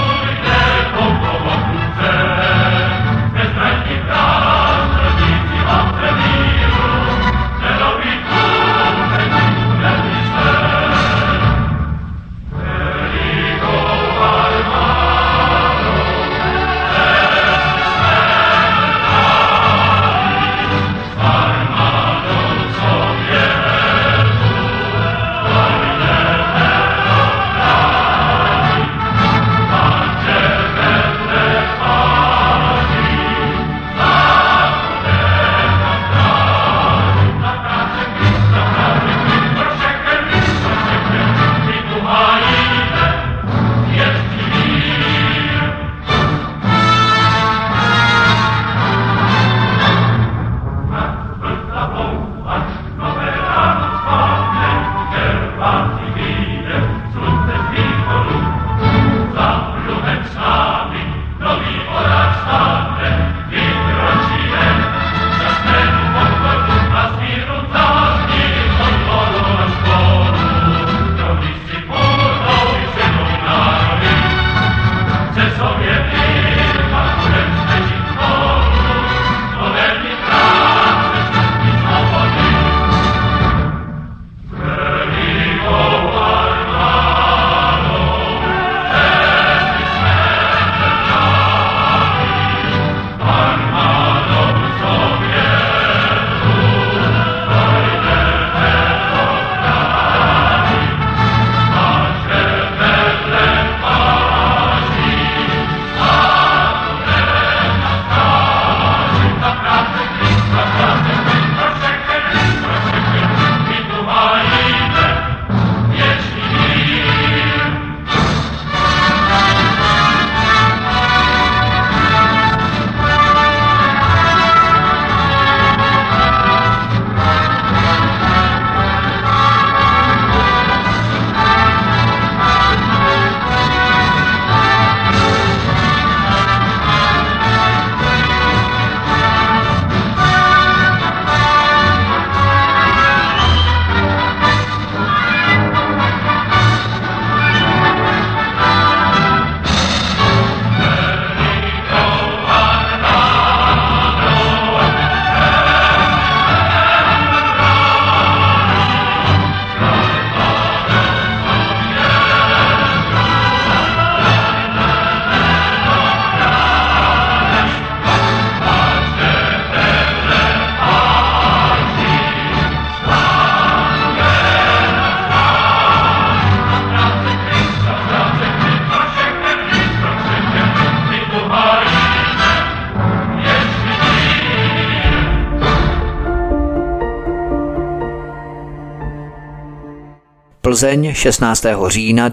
Plzeň 16. října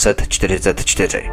1944.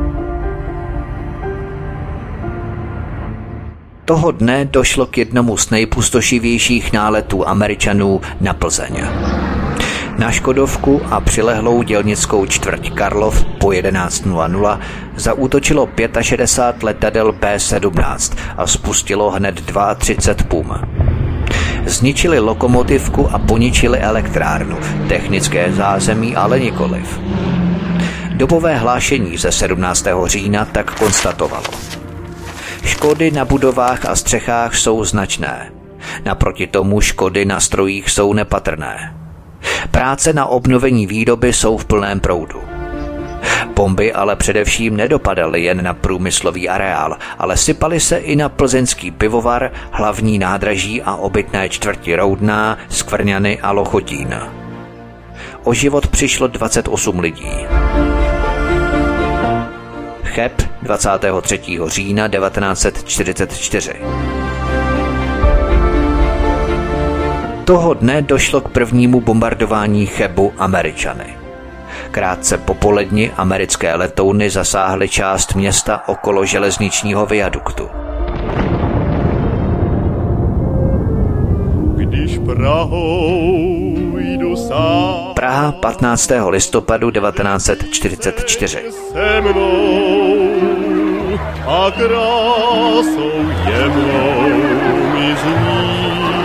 Toho dne došlo k jednomu z nejpustošivějších náletů Američanů na Plzeň. Na Škodovku a přilehlou dělnickou čtvrť Karlov po 11:00 zaútočilo 65 letadel B-17 a spustilo hned 32 pum. Zničili lokomotivku a poničili elektrárnu, technické zázemí ale nikoliv. Dobové hlášení ze 17. října tak konstatovalo. Škody na budovách a střechách jsou značné. Naproti tomu škody na strojích jsou nepatrné. Práce na obnovení výroby jsou v plném proudu. Bomby ale především nedopadaly jen na průmyslový areál, ale sypaly se i na plzeňský pivovar, hlavní nádraží a obytné čtvrti Roudná, Skvrňany a Lochotín. O život přišlo 28 lidí. Cheb 23. října 1944. Toho dne došlo k prvnímu bombardování Chebu Američany. Krátce po poledni americké letouny zasáhly část města okolo železničního viaduktu. Když Prahou jdu sám, Praha 15. listopadu 1944. Se mnou a krásou jemnou mi zní.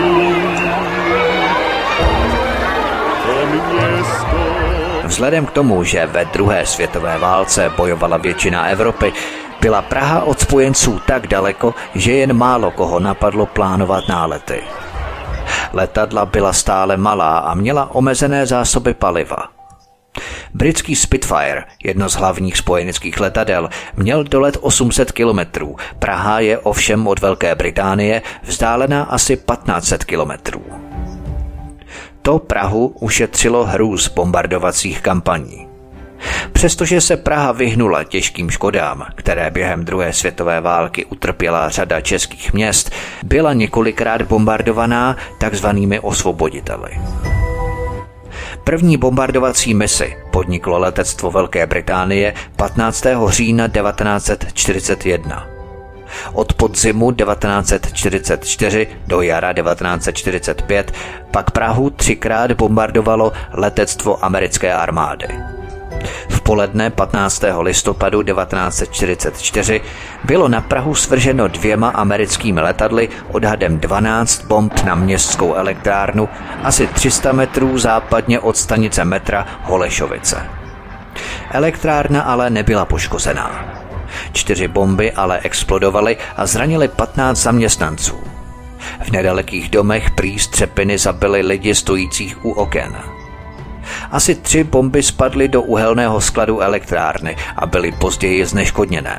Vzhledem k tomu, že ve druhé světové válce bojovala většina Evropy, byla Praha od spojenců tak daleko, že jen málo koho napadlo plánovat nálety. Letadla byla stále malá a měla omezené zásoby paliva. Britský Spitfire, jedno z hlavních spojeneckých letadel, měl dolet 800 kilometrů. Praha je ovšem od Velké Británie vzdálená asi 1500 kilometrů. To Prahu ušetřilo hrůz bombardovacích kampaní. Přestože se Praha vyhnula těžkým škodám, které během druhé světové války utrpěla řada českých měst, byla několikrát bombardovaná takzvanými osvoboditeli. První bombardovací misi podniklo letectvo Velké Británie 15. října 1941. Od podzimu 1944 do jara 1945 pak Prahu 3krát bombardovalo letectvo americké armády. V poledne 15. listopadu 1944 bylo na Prahu svrženo 2 americkými letadly odhadem 12 bomb na městskou elektrárnu asi 300 metrů západně od stanice metra Holešovice. Elektrárna ale nebyla poškozená. 4 bomby ale explodovaly a zranily 15 zaměstnanců. V nedalekých domech prý střepiny zabily lidi stojících u oken. Asi 3 bomby spadly do uhelného skladu elektrárny a byly později zneškodněné.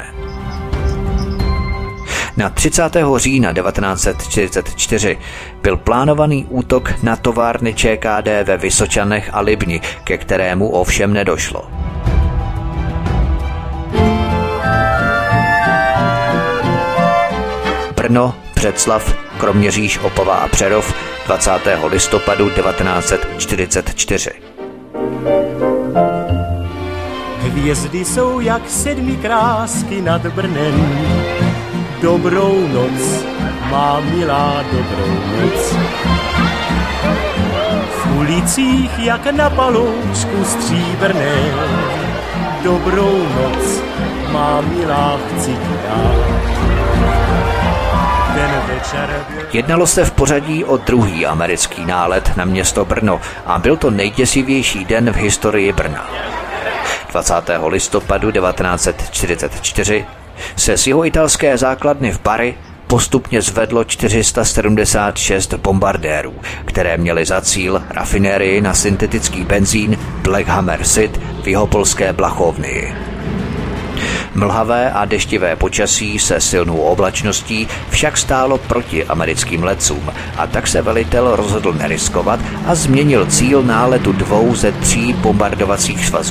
Na 30. října 1944 byl plánovaný útok na továrny ČKD ve Vysočanech a Libni, ke kterému ovšem nedošlo. Brno, Břeclav, Kroměříž, Opava a Přerov 20. listopadu 1944. Hvězdy jsou jak 7 krásky nad Brnem. Dobrou noc, má milá, dobrou noc. V ulicích jak na paloučku stříbrné. Dobrou noc, má milá, chci ti dát. Jednalo se v pořadí o druhý americký nálet na město Brno a byl to nejděsivější den v historii Brna. 20. listopadu 1944 se z jihoitalské základny v Bari postupně zvedlo 476 bombardérů, které měly za cíl rafinérii na syntetický benzín Black Hammer City v jihopolské Blachovnii. Mlhavé a deštivé počasí se silnou oblačností však stálo proti americkým letcům a tak se velitel rozhodl neriskovat a změnil cíl náletu 2 ze 3 bombardovacích svazů.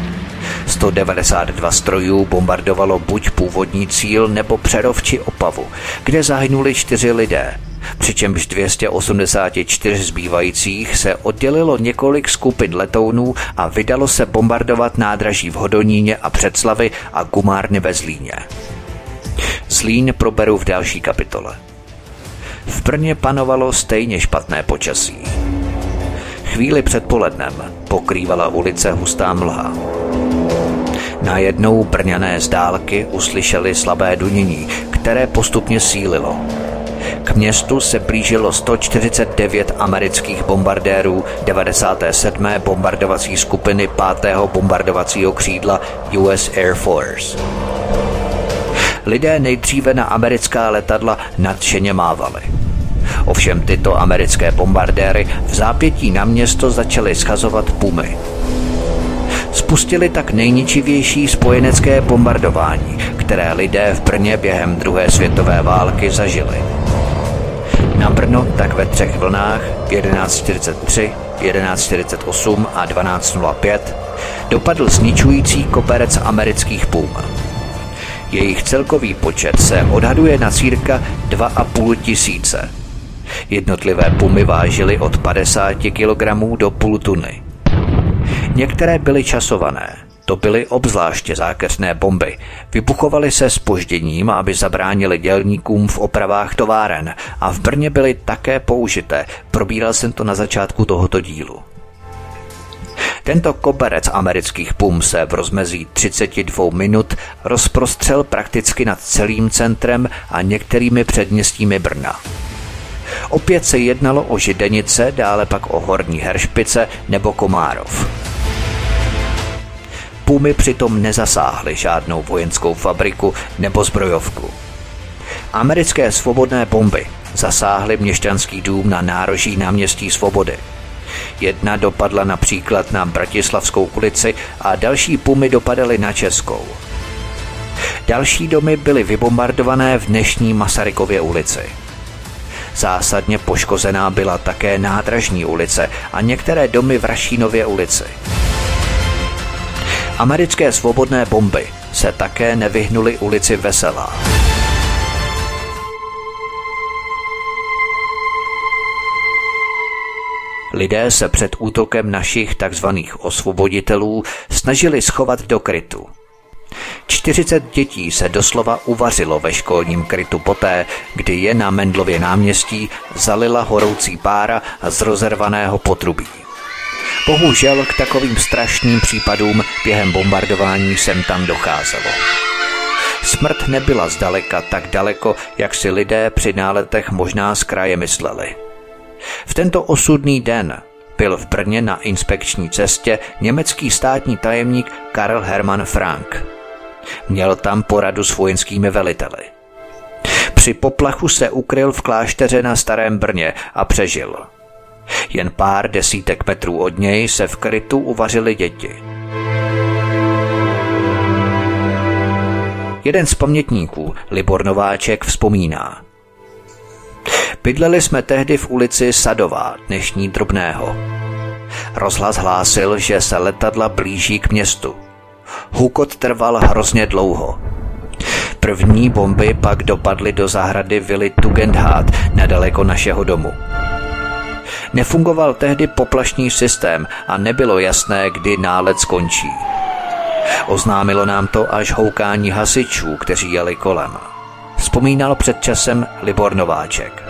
192 strojů bombardovalo buď původní cíl nebo Přerov či Opavu, kde zahynuli 4 lidé, přičemž 284 zbývajících se oddělilo několik skupin letounů a vydalo se bombardovat nádraží v Hodoníně a Břeclavi a gumárny ve Zlíně. Zlín proberu v další kapitole. V Brně panovalo stejně špatné počasí. Chvíli před polednem pokrývala ulice hustá mlha. Najednou Brňané z dálky uslyšeli slabé dunění, které postupně sílilo. K městu se blížilo 149 amerických bombardérů 97. bombardovací skupiny 5. bombardovacího křídla US Air Force. Lidé nejdříve na americká letadla nadšeně mávali. Ovšem tyto americké bombardéry v zápětí na město začaly schazovat pumy. Spustili tak nejničivější spojenecké bombardování, které lidé v Brně během druhé světové války zažili. Na Brno tak ve 3 vlnách 11:43, 11:48 a 12:05 dopadl zničující koberec amerických pum. Jejich celkový počet se odhaduje na cirka 2,5 tisíce. Jednotlivé pumy vážily od 50 kg do půl tuny. Některé byly časované, to byly obzvláště zákeřné bomby. Vybuchovaly se zpožděním, aby zabránili dělníkům v opravách továren a v Brně byly také použité. Probíral jsem to na začátku tohoto dílu. Tento koberec amerických pum se v rozmezí 32 minut rozprostřel prakticky nad celým centrem a některými předměstími Brna. Opět se jednalo o Židenice, dále pak o Horní Heršpice nebo Komárov. Pumy přitom nezasáhly žádnou vojenskou fabriku nebo zbrojovku. Americké svobodné bomby zasáhly měšťanský dům na nároží náměstí Svobody. Jedna dopadla například na Bratislavskou ulici a další pumy dopadaly na Českou. Další domy byly vybombardované v dnešní Masarykově ulici. Zásadně poškozená byla také Nádražní ulice a některé domy v Rašínově ulici. Americké svobodné bomby se také nevyhnuly ulici Veselá. Lidé se před útokem našich takzvaných osvoboditelů snažili schovat do krytu. 40 dětí se doslova uvařilo ve školním krytu poté, kdy je na Mendlově náměstí zalila horoucí pára z rozervaného potrubí. Bohužel k takovým strašným případům během bombardování sem tam docházelo. Smrt nebyla zdaleka tak daleko, jak si lidé při náletech možná z kraje mysleli. V tento osudný den byl v Brně na inspekční cestě německý státní tajemník Karl Hermann Frank. Měl tam poradu s vojenskými veliteli. Při poplachu se ukryl v klášteře na Starém Brně a přežil. Jen pár desítek metrů od něj se v krytu uvařily děti. Jeden z pamětníků, Libor Nováček, vzpomíná: bydleli jsme tehdy v ulici Sadová, dnešní Drobného. Rozhlas hlásil, že se letadla blíží k městu. Hukot trval hrozně dlouho. První bomby pak dopadly do zahrady vily Tugendhat nedaleko našeho domu. Nefungoval tehdy poplašný systém a nebylo jasné, kdy nálet skončí. Oznámilo nám to až houkání hasičů, kteří jeli kolem. Vzpomínal před časem Libor Nováček.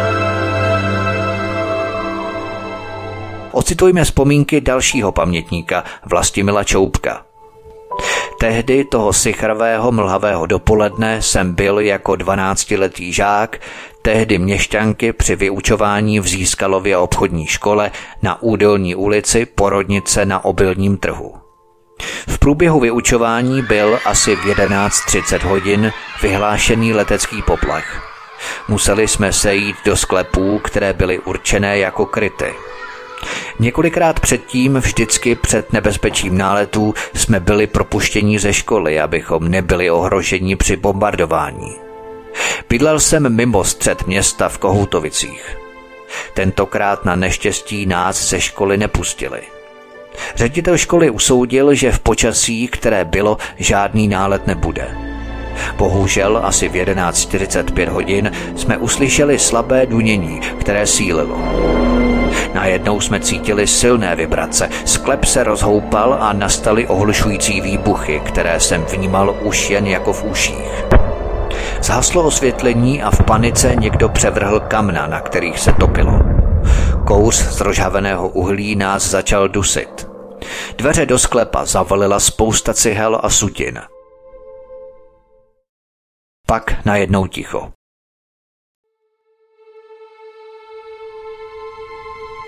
Ocitujme vzpomínky dalšího pamětníka, Vlastimila Čoupka. Tehdy toho sichrvého mlhavého dopoledne jsem byl jako 12letý žák, tehdy měšťanky při vyučování v Získalově obchodní škole na Údolní ulici Porodnice na Obilním trhu. V průběhu vyučování byl asi v 11:30 hodin vyhlášený letecký poplach. Museli jsme sejít do sklepů, které byly určené jako kryty. Několikrát předtím, vždycky před nebezpečím náletů, jsme byli propuštěni ze školy, abychom nebyli ohroženi při bombardování. Bydlel jsem mimo střed města v Kohoutovicích. Tentokrát na neštěstí nás ze školy nepustili. Ředitel školy usoudil, že v počasí, které bylo, žádný nálet nebude. Bohužel asi v 11:45 hodin jsme uslyšeli slabé dunění, které sílilo. Najednou jsme cítili silné vibrace, sklep se rozhoupal a nastaly ohlušující výbuchy, které jsem vnímal už jen jako v uších. Zhaslo osvětlení a v panice někdo převrhl kamna, na kterých se topilo. Kouř z rozžhaveného uhlí nás začal dusit. Dveře do sklepa zavalila spousta cihel a sutin. Pak najednou ticho.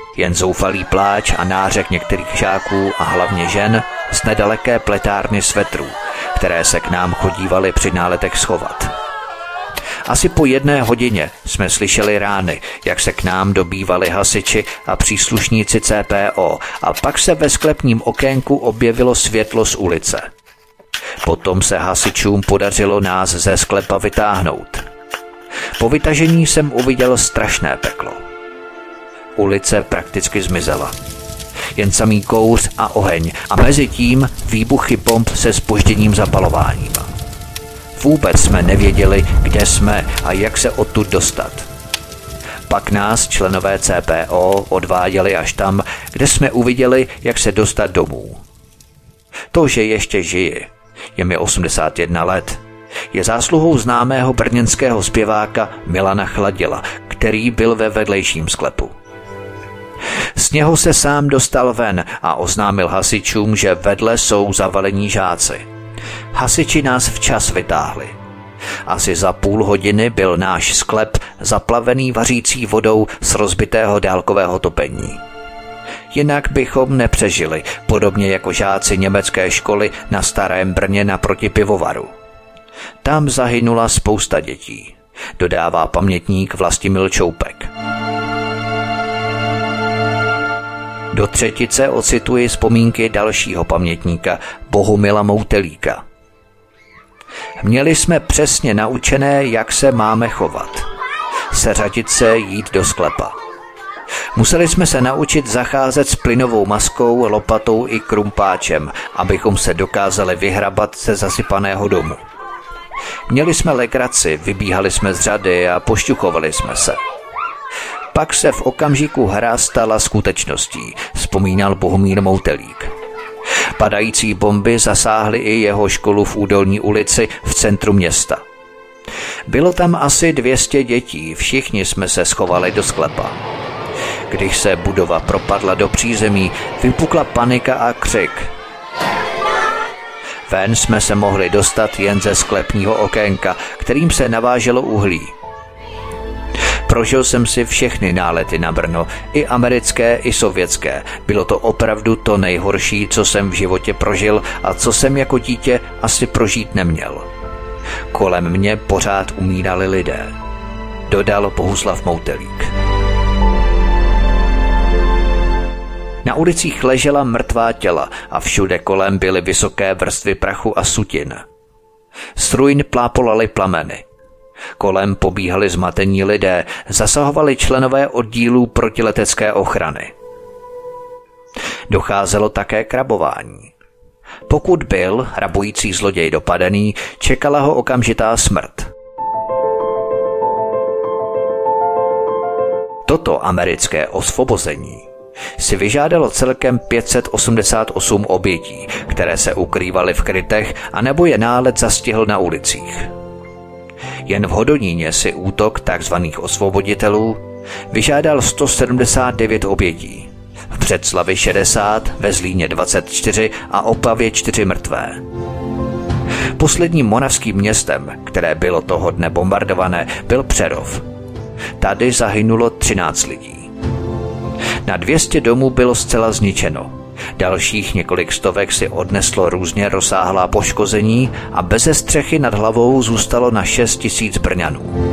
Jen zoufalý pláč a nářek některých žáků a hlavně žen z nedaleké pletárny svetrů, které se k nám chodívaly při náletech schovat. Asi po 1 hodině jsme slyšeli rány, jak se k nám dobývali hasiči a příslušníci CPO a pak se ve sklepním okénku objevilo světlo z ulice. Potom se hasičům podařilo nás ze sklepa vytáhnout. Po vytažení jsem uviděl strašné peklo. Ulice prakticky zmizela. Jen samý kouř a oheň a mezi tím výbuchy bomb se zpožděním zapalováním. Vůbec jsme nevěděli, kde jsme a jak se odtud dostat. Pak nás členové CPO odváděli až tam, kde jsme uviděli, jak se dostat domů. To, že ještě žiji, je mi 81 let, je zásluhou známého brněnského zpěváka Milana Chladila, který byl ve vedlejším sklepu. Z něho se sám dostal ven a oznámil hasičům, že vedle jsou zavalení žáci. Hasiči nás včas vytáhli. Asi za půl hodiny byl náš sklep zaplavený vařící vodou z rozbitého dálkového topení. Jinak bychom nepřežili, podobně jako žáci německé školy na Starém Brně naproti pivovaru. Tam zahynula spousta dětí, dodává pamětník Vlastimil Čoupek. Do třetice ocituji vzpomínky dalšího pamětníka Bohumila Moutelíka. Měli jsme přesně naučené, jak se máme chovat. Seřadit se, jít do sklepa. Museli jsme se naučit zacházet s plynovou maskou, lopatou i krumpáčem, abychom se dokázali vyhrabat ze zasypaného domu. Měli jsme legraci, vybíhali jsme z řady a pošťuchovali jsme se. Pak se v okamžiku hra stala skutečností, vzpomínal Bohumír Moutelík. Padající bomby zasáhly i jeho školu v Údolní ulici v centru města. Bylo tam asi 200 dětí, všichni jsme se schovali do sklepa. Když se budova propadla do přízemí, vypukla panika a křik. Ven jsme se mohli dostat jen ze sklepního okénka, kterým se naváželo uhlí. Prožil jsem si všechny nálety na Brno, i americké, i sovětské. Bylo to opravdu to nejhorší, co jsem v životě prožil a co jsem jako dítě asi prožít neměl. Kolem mě pořád umírali lidé, dodal Bohuslav Moutelík. Na ulicích ležela mrtvá těla a všude kolem byly vysoké vrstvy prachu a sutin. Z ruin plápolaly plameny. Kolem pobíhali zmatení lidé, zasahovali členové oddílů protiletecké ochrany. Docházelo také k rabování. Pokud byl rabující zloděj dopadený, čekala ho okamžitá smrt. Toto americké osvobození si vyžádalo celkem 588 obětí, které se ukrývaly v krytech anebo je nálet zastihl na ulicích. Jen v Hodoníně si útok tzv. Osvoboditelů vyžádal 179 obětí, v Břeclavi 60, ve Zlíně 24 a Opavě 4 mrtvé. Posledním moravským městem, které bylo toho dne bombardované, byl Přerov. Tady zahynulo 13 lidí. Na 200 domů bylo zcela zničeno. Dalších několik stovek si odneslo různě rozsáhlá poškození a beze střechy nad hlavou zůstalo na 6 000 Brňanů.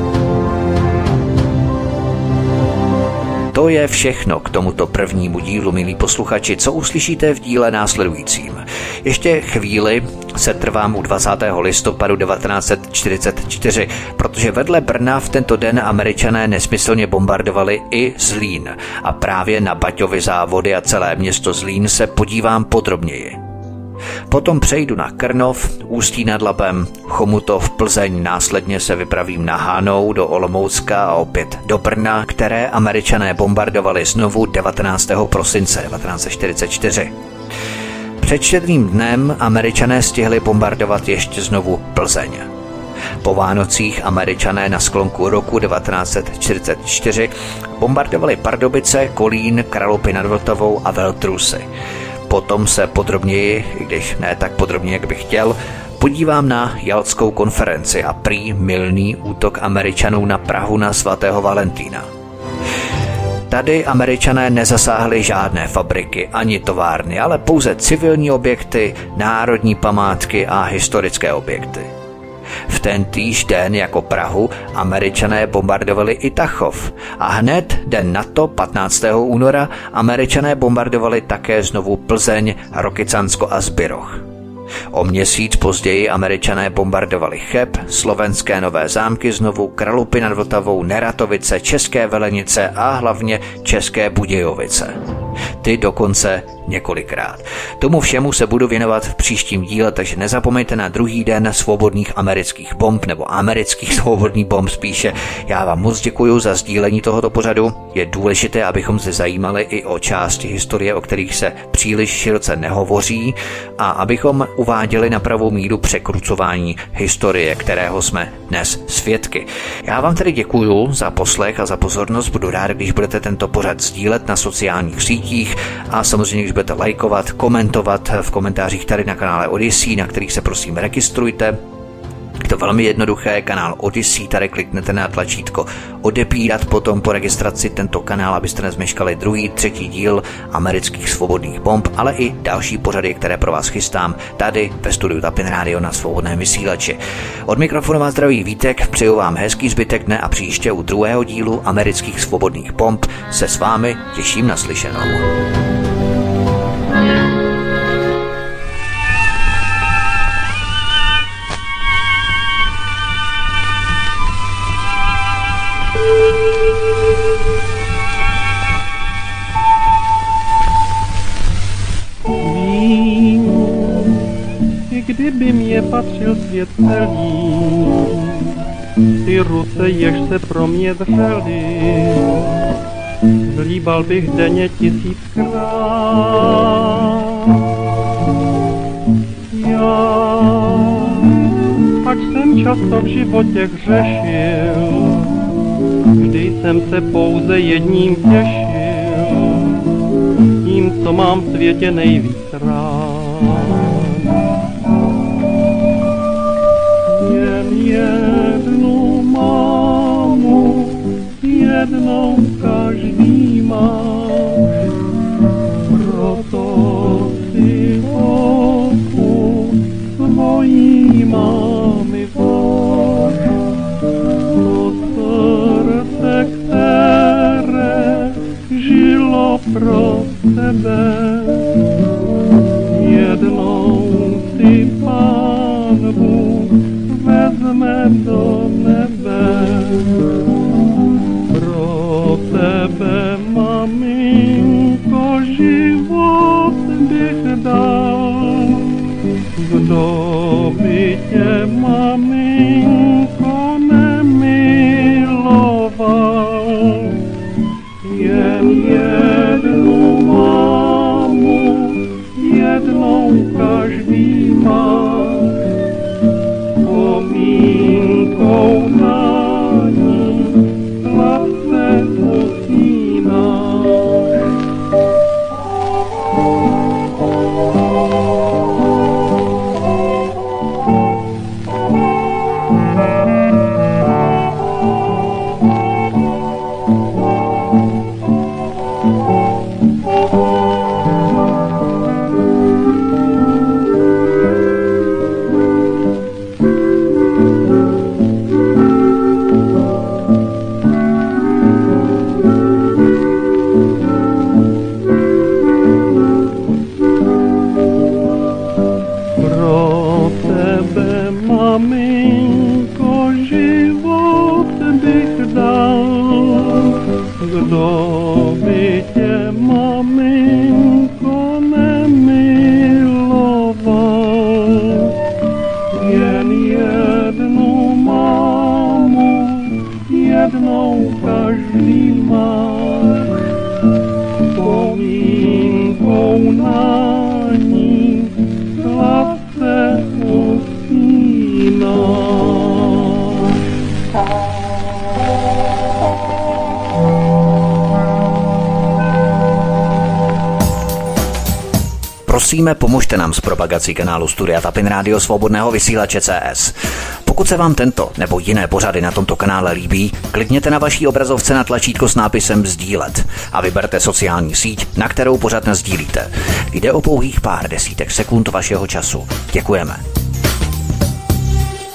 To je všechno k tomuto prvnímu dílu, milí posluchači, co uslyšíte v díle následujícím. Ještě chvíli se trvám u 20. listopadu 1944, protože vedle Brna v tento den Američané nesmyslně bombardovali i Zlín a právě na Baťovy závody a celé město Zlín se podívám podrobněji. Potom přejdu na Krnov, Ústí nad Labem, Chomutov, Plzeň, následně se vypravím na Hanou, do Olomoucka a opět do Brna, které Američané bombardovali znovu 19. prosince 1944. Před Štědrým dnem Američané stihli bombardovat ještě znovu Plzeň. Po Vánocích Američané na sklonku roku 1944 bombardovali Pardubice, Kolín, Kralupy nad Vltavou a Veltrusy. Potom se podrobněji, i když ne tak podrobně, jak bych chtěl, podívám na Jaltskou konferenci a prý mylný útok Američanů na Prahu na svatého Valentína. Tady Američané nezasáhli žádné fabriky ani továrny, ale pouze civilní objekty, národní památky a historické objekty. V tentýž den jako Prahu Američané bombardovali i Tachov a hned den nato 15. února Američané bombardovali také znovu Plzeň, Rokycansko a Zbiroh. O měsíc později Američané bombardovali Cheb, slovenské Nové Zámky znovu, Kralupy nad Vltavou, Neratovice, České Velenice a hlavně České Budějovice. Ty dokonce několikrát. Tomu všemu se budu věnovat v příštím díle, takže nezapomeňte na druhý den svobodných amerických bomb, nebo amerických svobodných bomb spíše. Já vám moc děkuji za sdílení tohoto pořadu. Je důležité, abychom se zajímali i o části historie, o kterých se příliš široce nehovoří, a abychom uváděli na pravou míru překrucování historie, kterého jsme dnes svědky. Já vám tedy děkuji za poslech a za pozornost. Budu rád, když budete tento pořad sdílet na sociálních sítích a samozřejmě, když budete lajkovat, komentovat v komentářích tady na kanále Odyssey, na kterých se prosím registrujte. Je to velmi jednoduché, kanál Odyssey, tady kliknete na tlačítko odebírat potom po registraci tento kanál, abyste nezmeškali druhý, třetí díl amerických svobodných bomb, ale i další pořady, které pro vás chystám tady ve studiu Tapin Radio na Svobodném vysílači. Od mikrofonu vás zdraví Vítek, přeju vám hezký zbytek dne a příště u druhého dílu amerických svobodných bomb se s vámi těším na slyšenou. Kdyby mě patřil svět celý, ty ruce, jež se pro mě dřely, líbal bych denně 1000krát. Já, ač jsem často v životě hřešil, vždy jsem se pouze jedním těšil, tím, co mám v světě nejvíc rád. Jednu mámu, jednou každý má, proto si holku svojí mámy váž. To srdce, které žilo pro tebe, jednou si Pán Bůh vezme do nebe. Pro tebe, maminko, život bych dal. Kdo by tě, maminko, nemiloval? Jen jednu mámu, jednou každý má. Pomínkou na ní sladce usíná. Kdo by tě, maminko, nemiloval? Jen jednu mámu, jednou každý má. Pomínkou na ní sladce usíná. Prosíme, pomožte nám s propagací kanálu Studia Tapin Radio Svobodného vysílače CS. Pokud se vám tento nebo jiné pořady na tomto kanále líbí, klikněte na vaší obrazovce na tlačítko s nápisem sdílet a vyberte sociální síť, na kterou pořad nasdílíte. Jde o pouhých pár desítek sekund vašeho času. Děkujeme.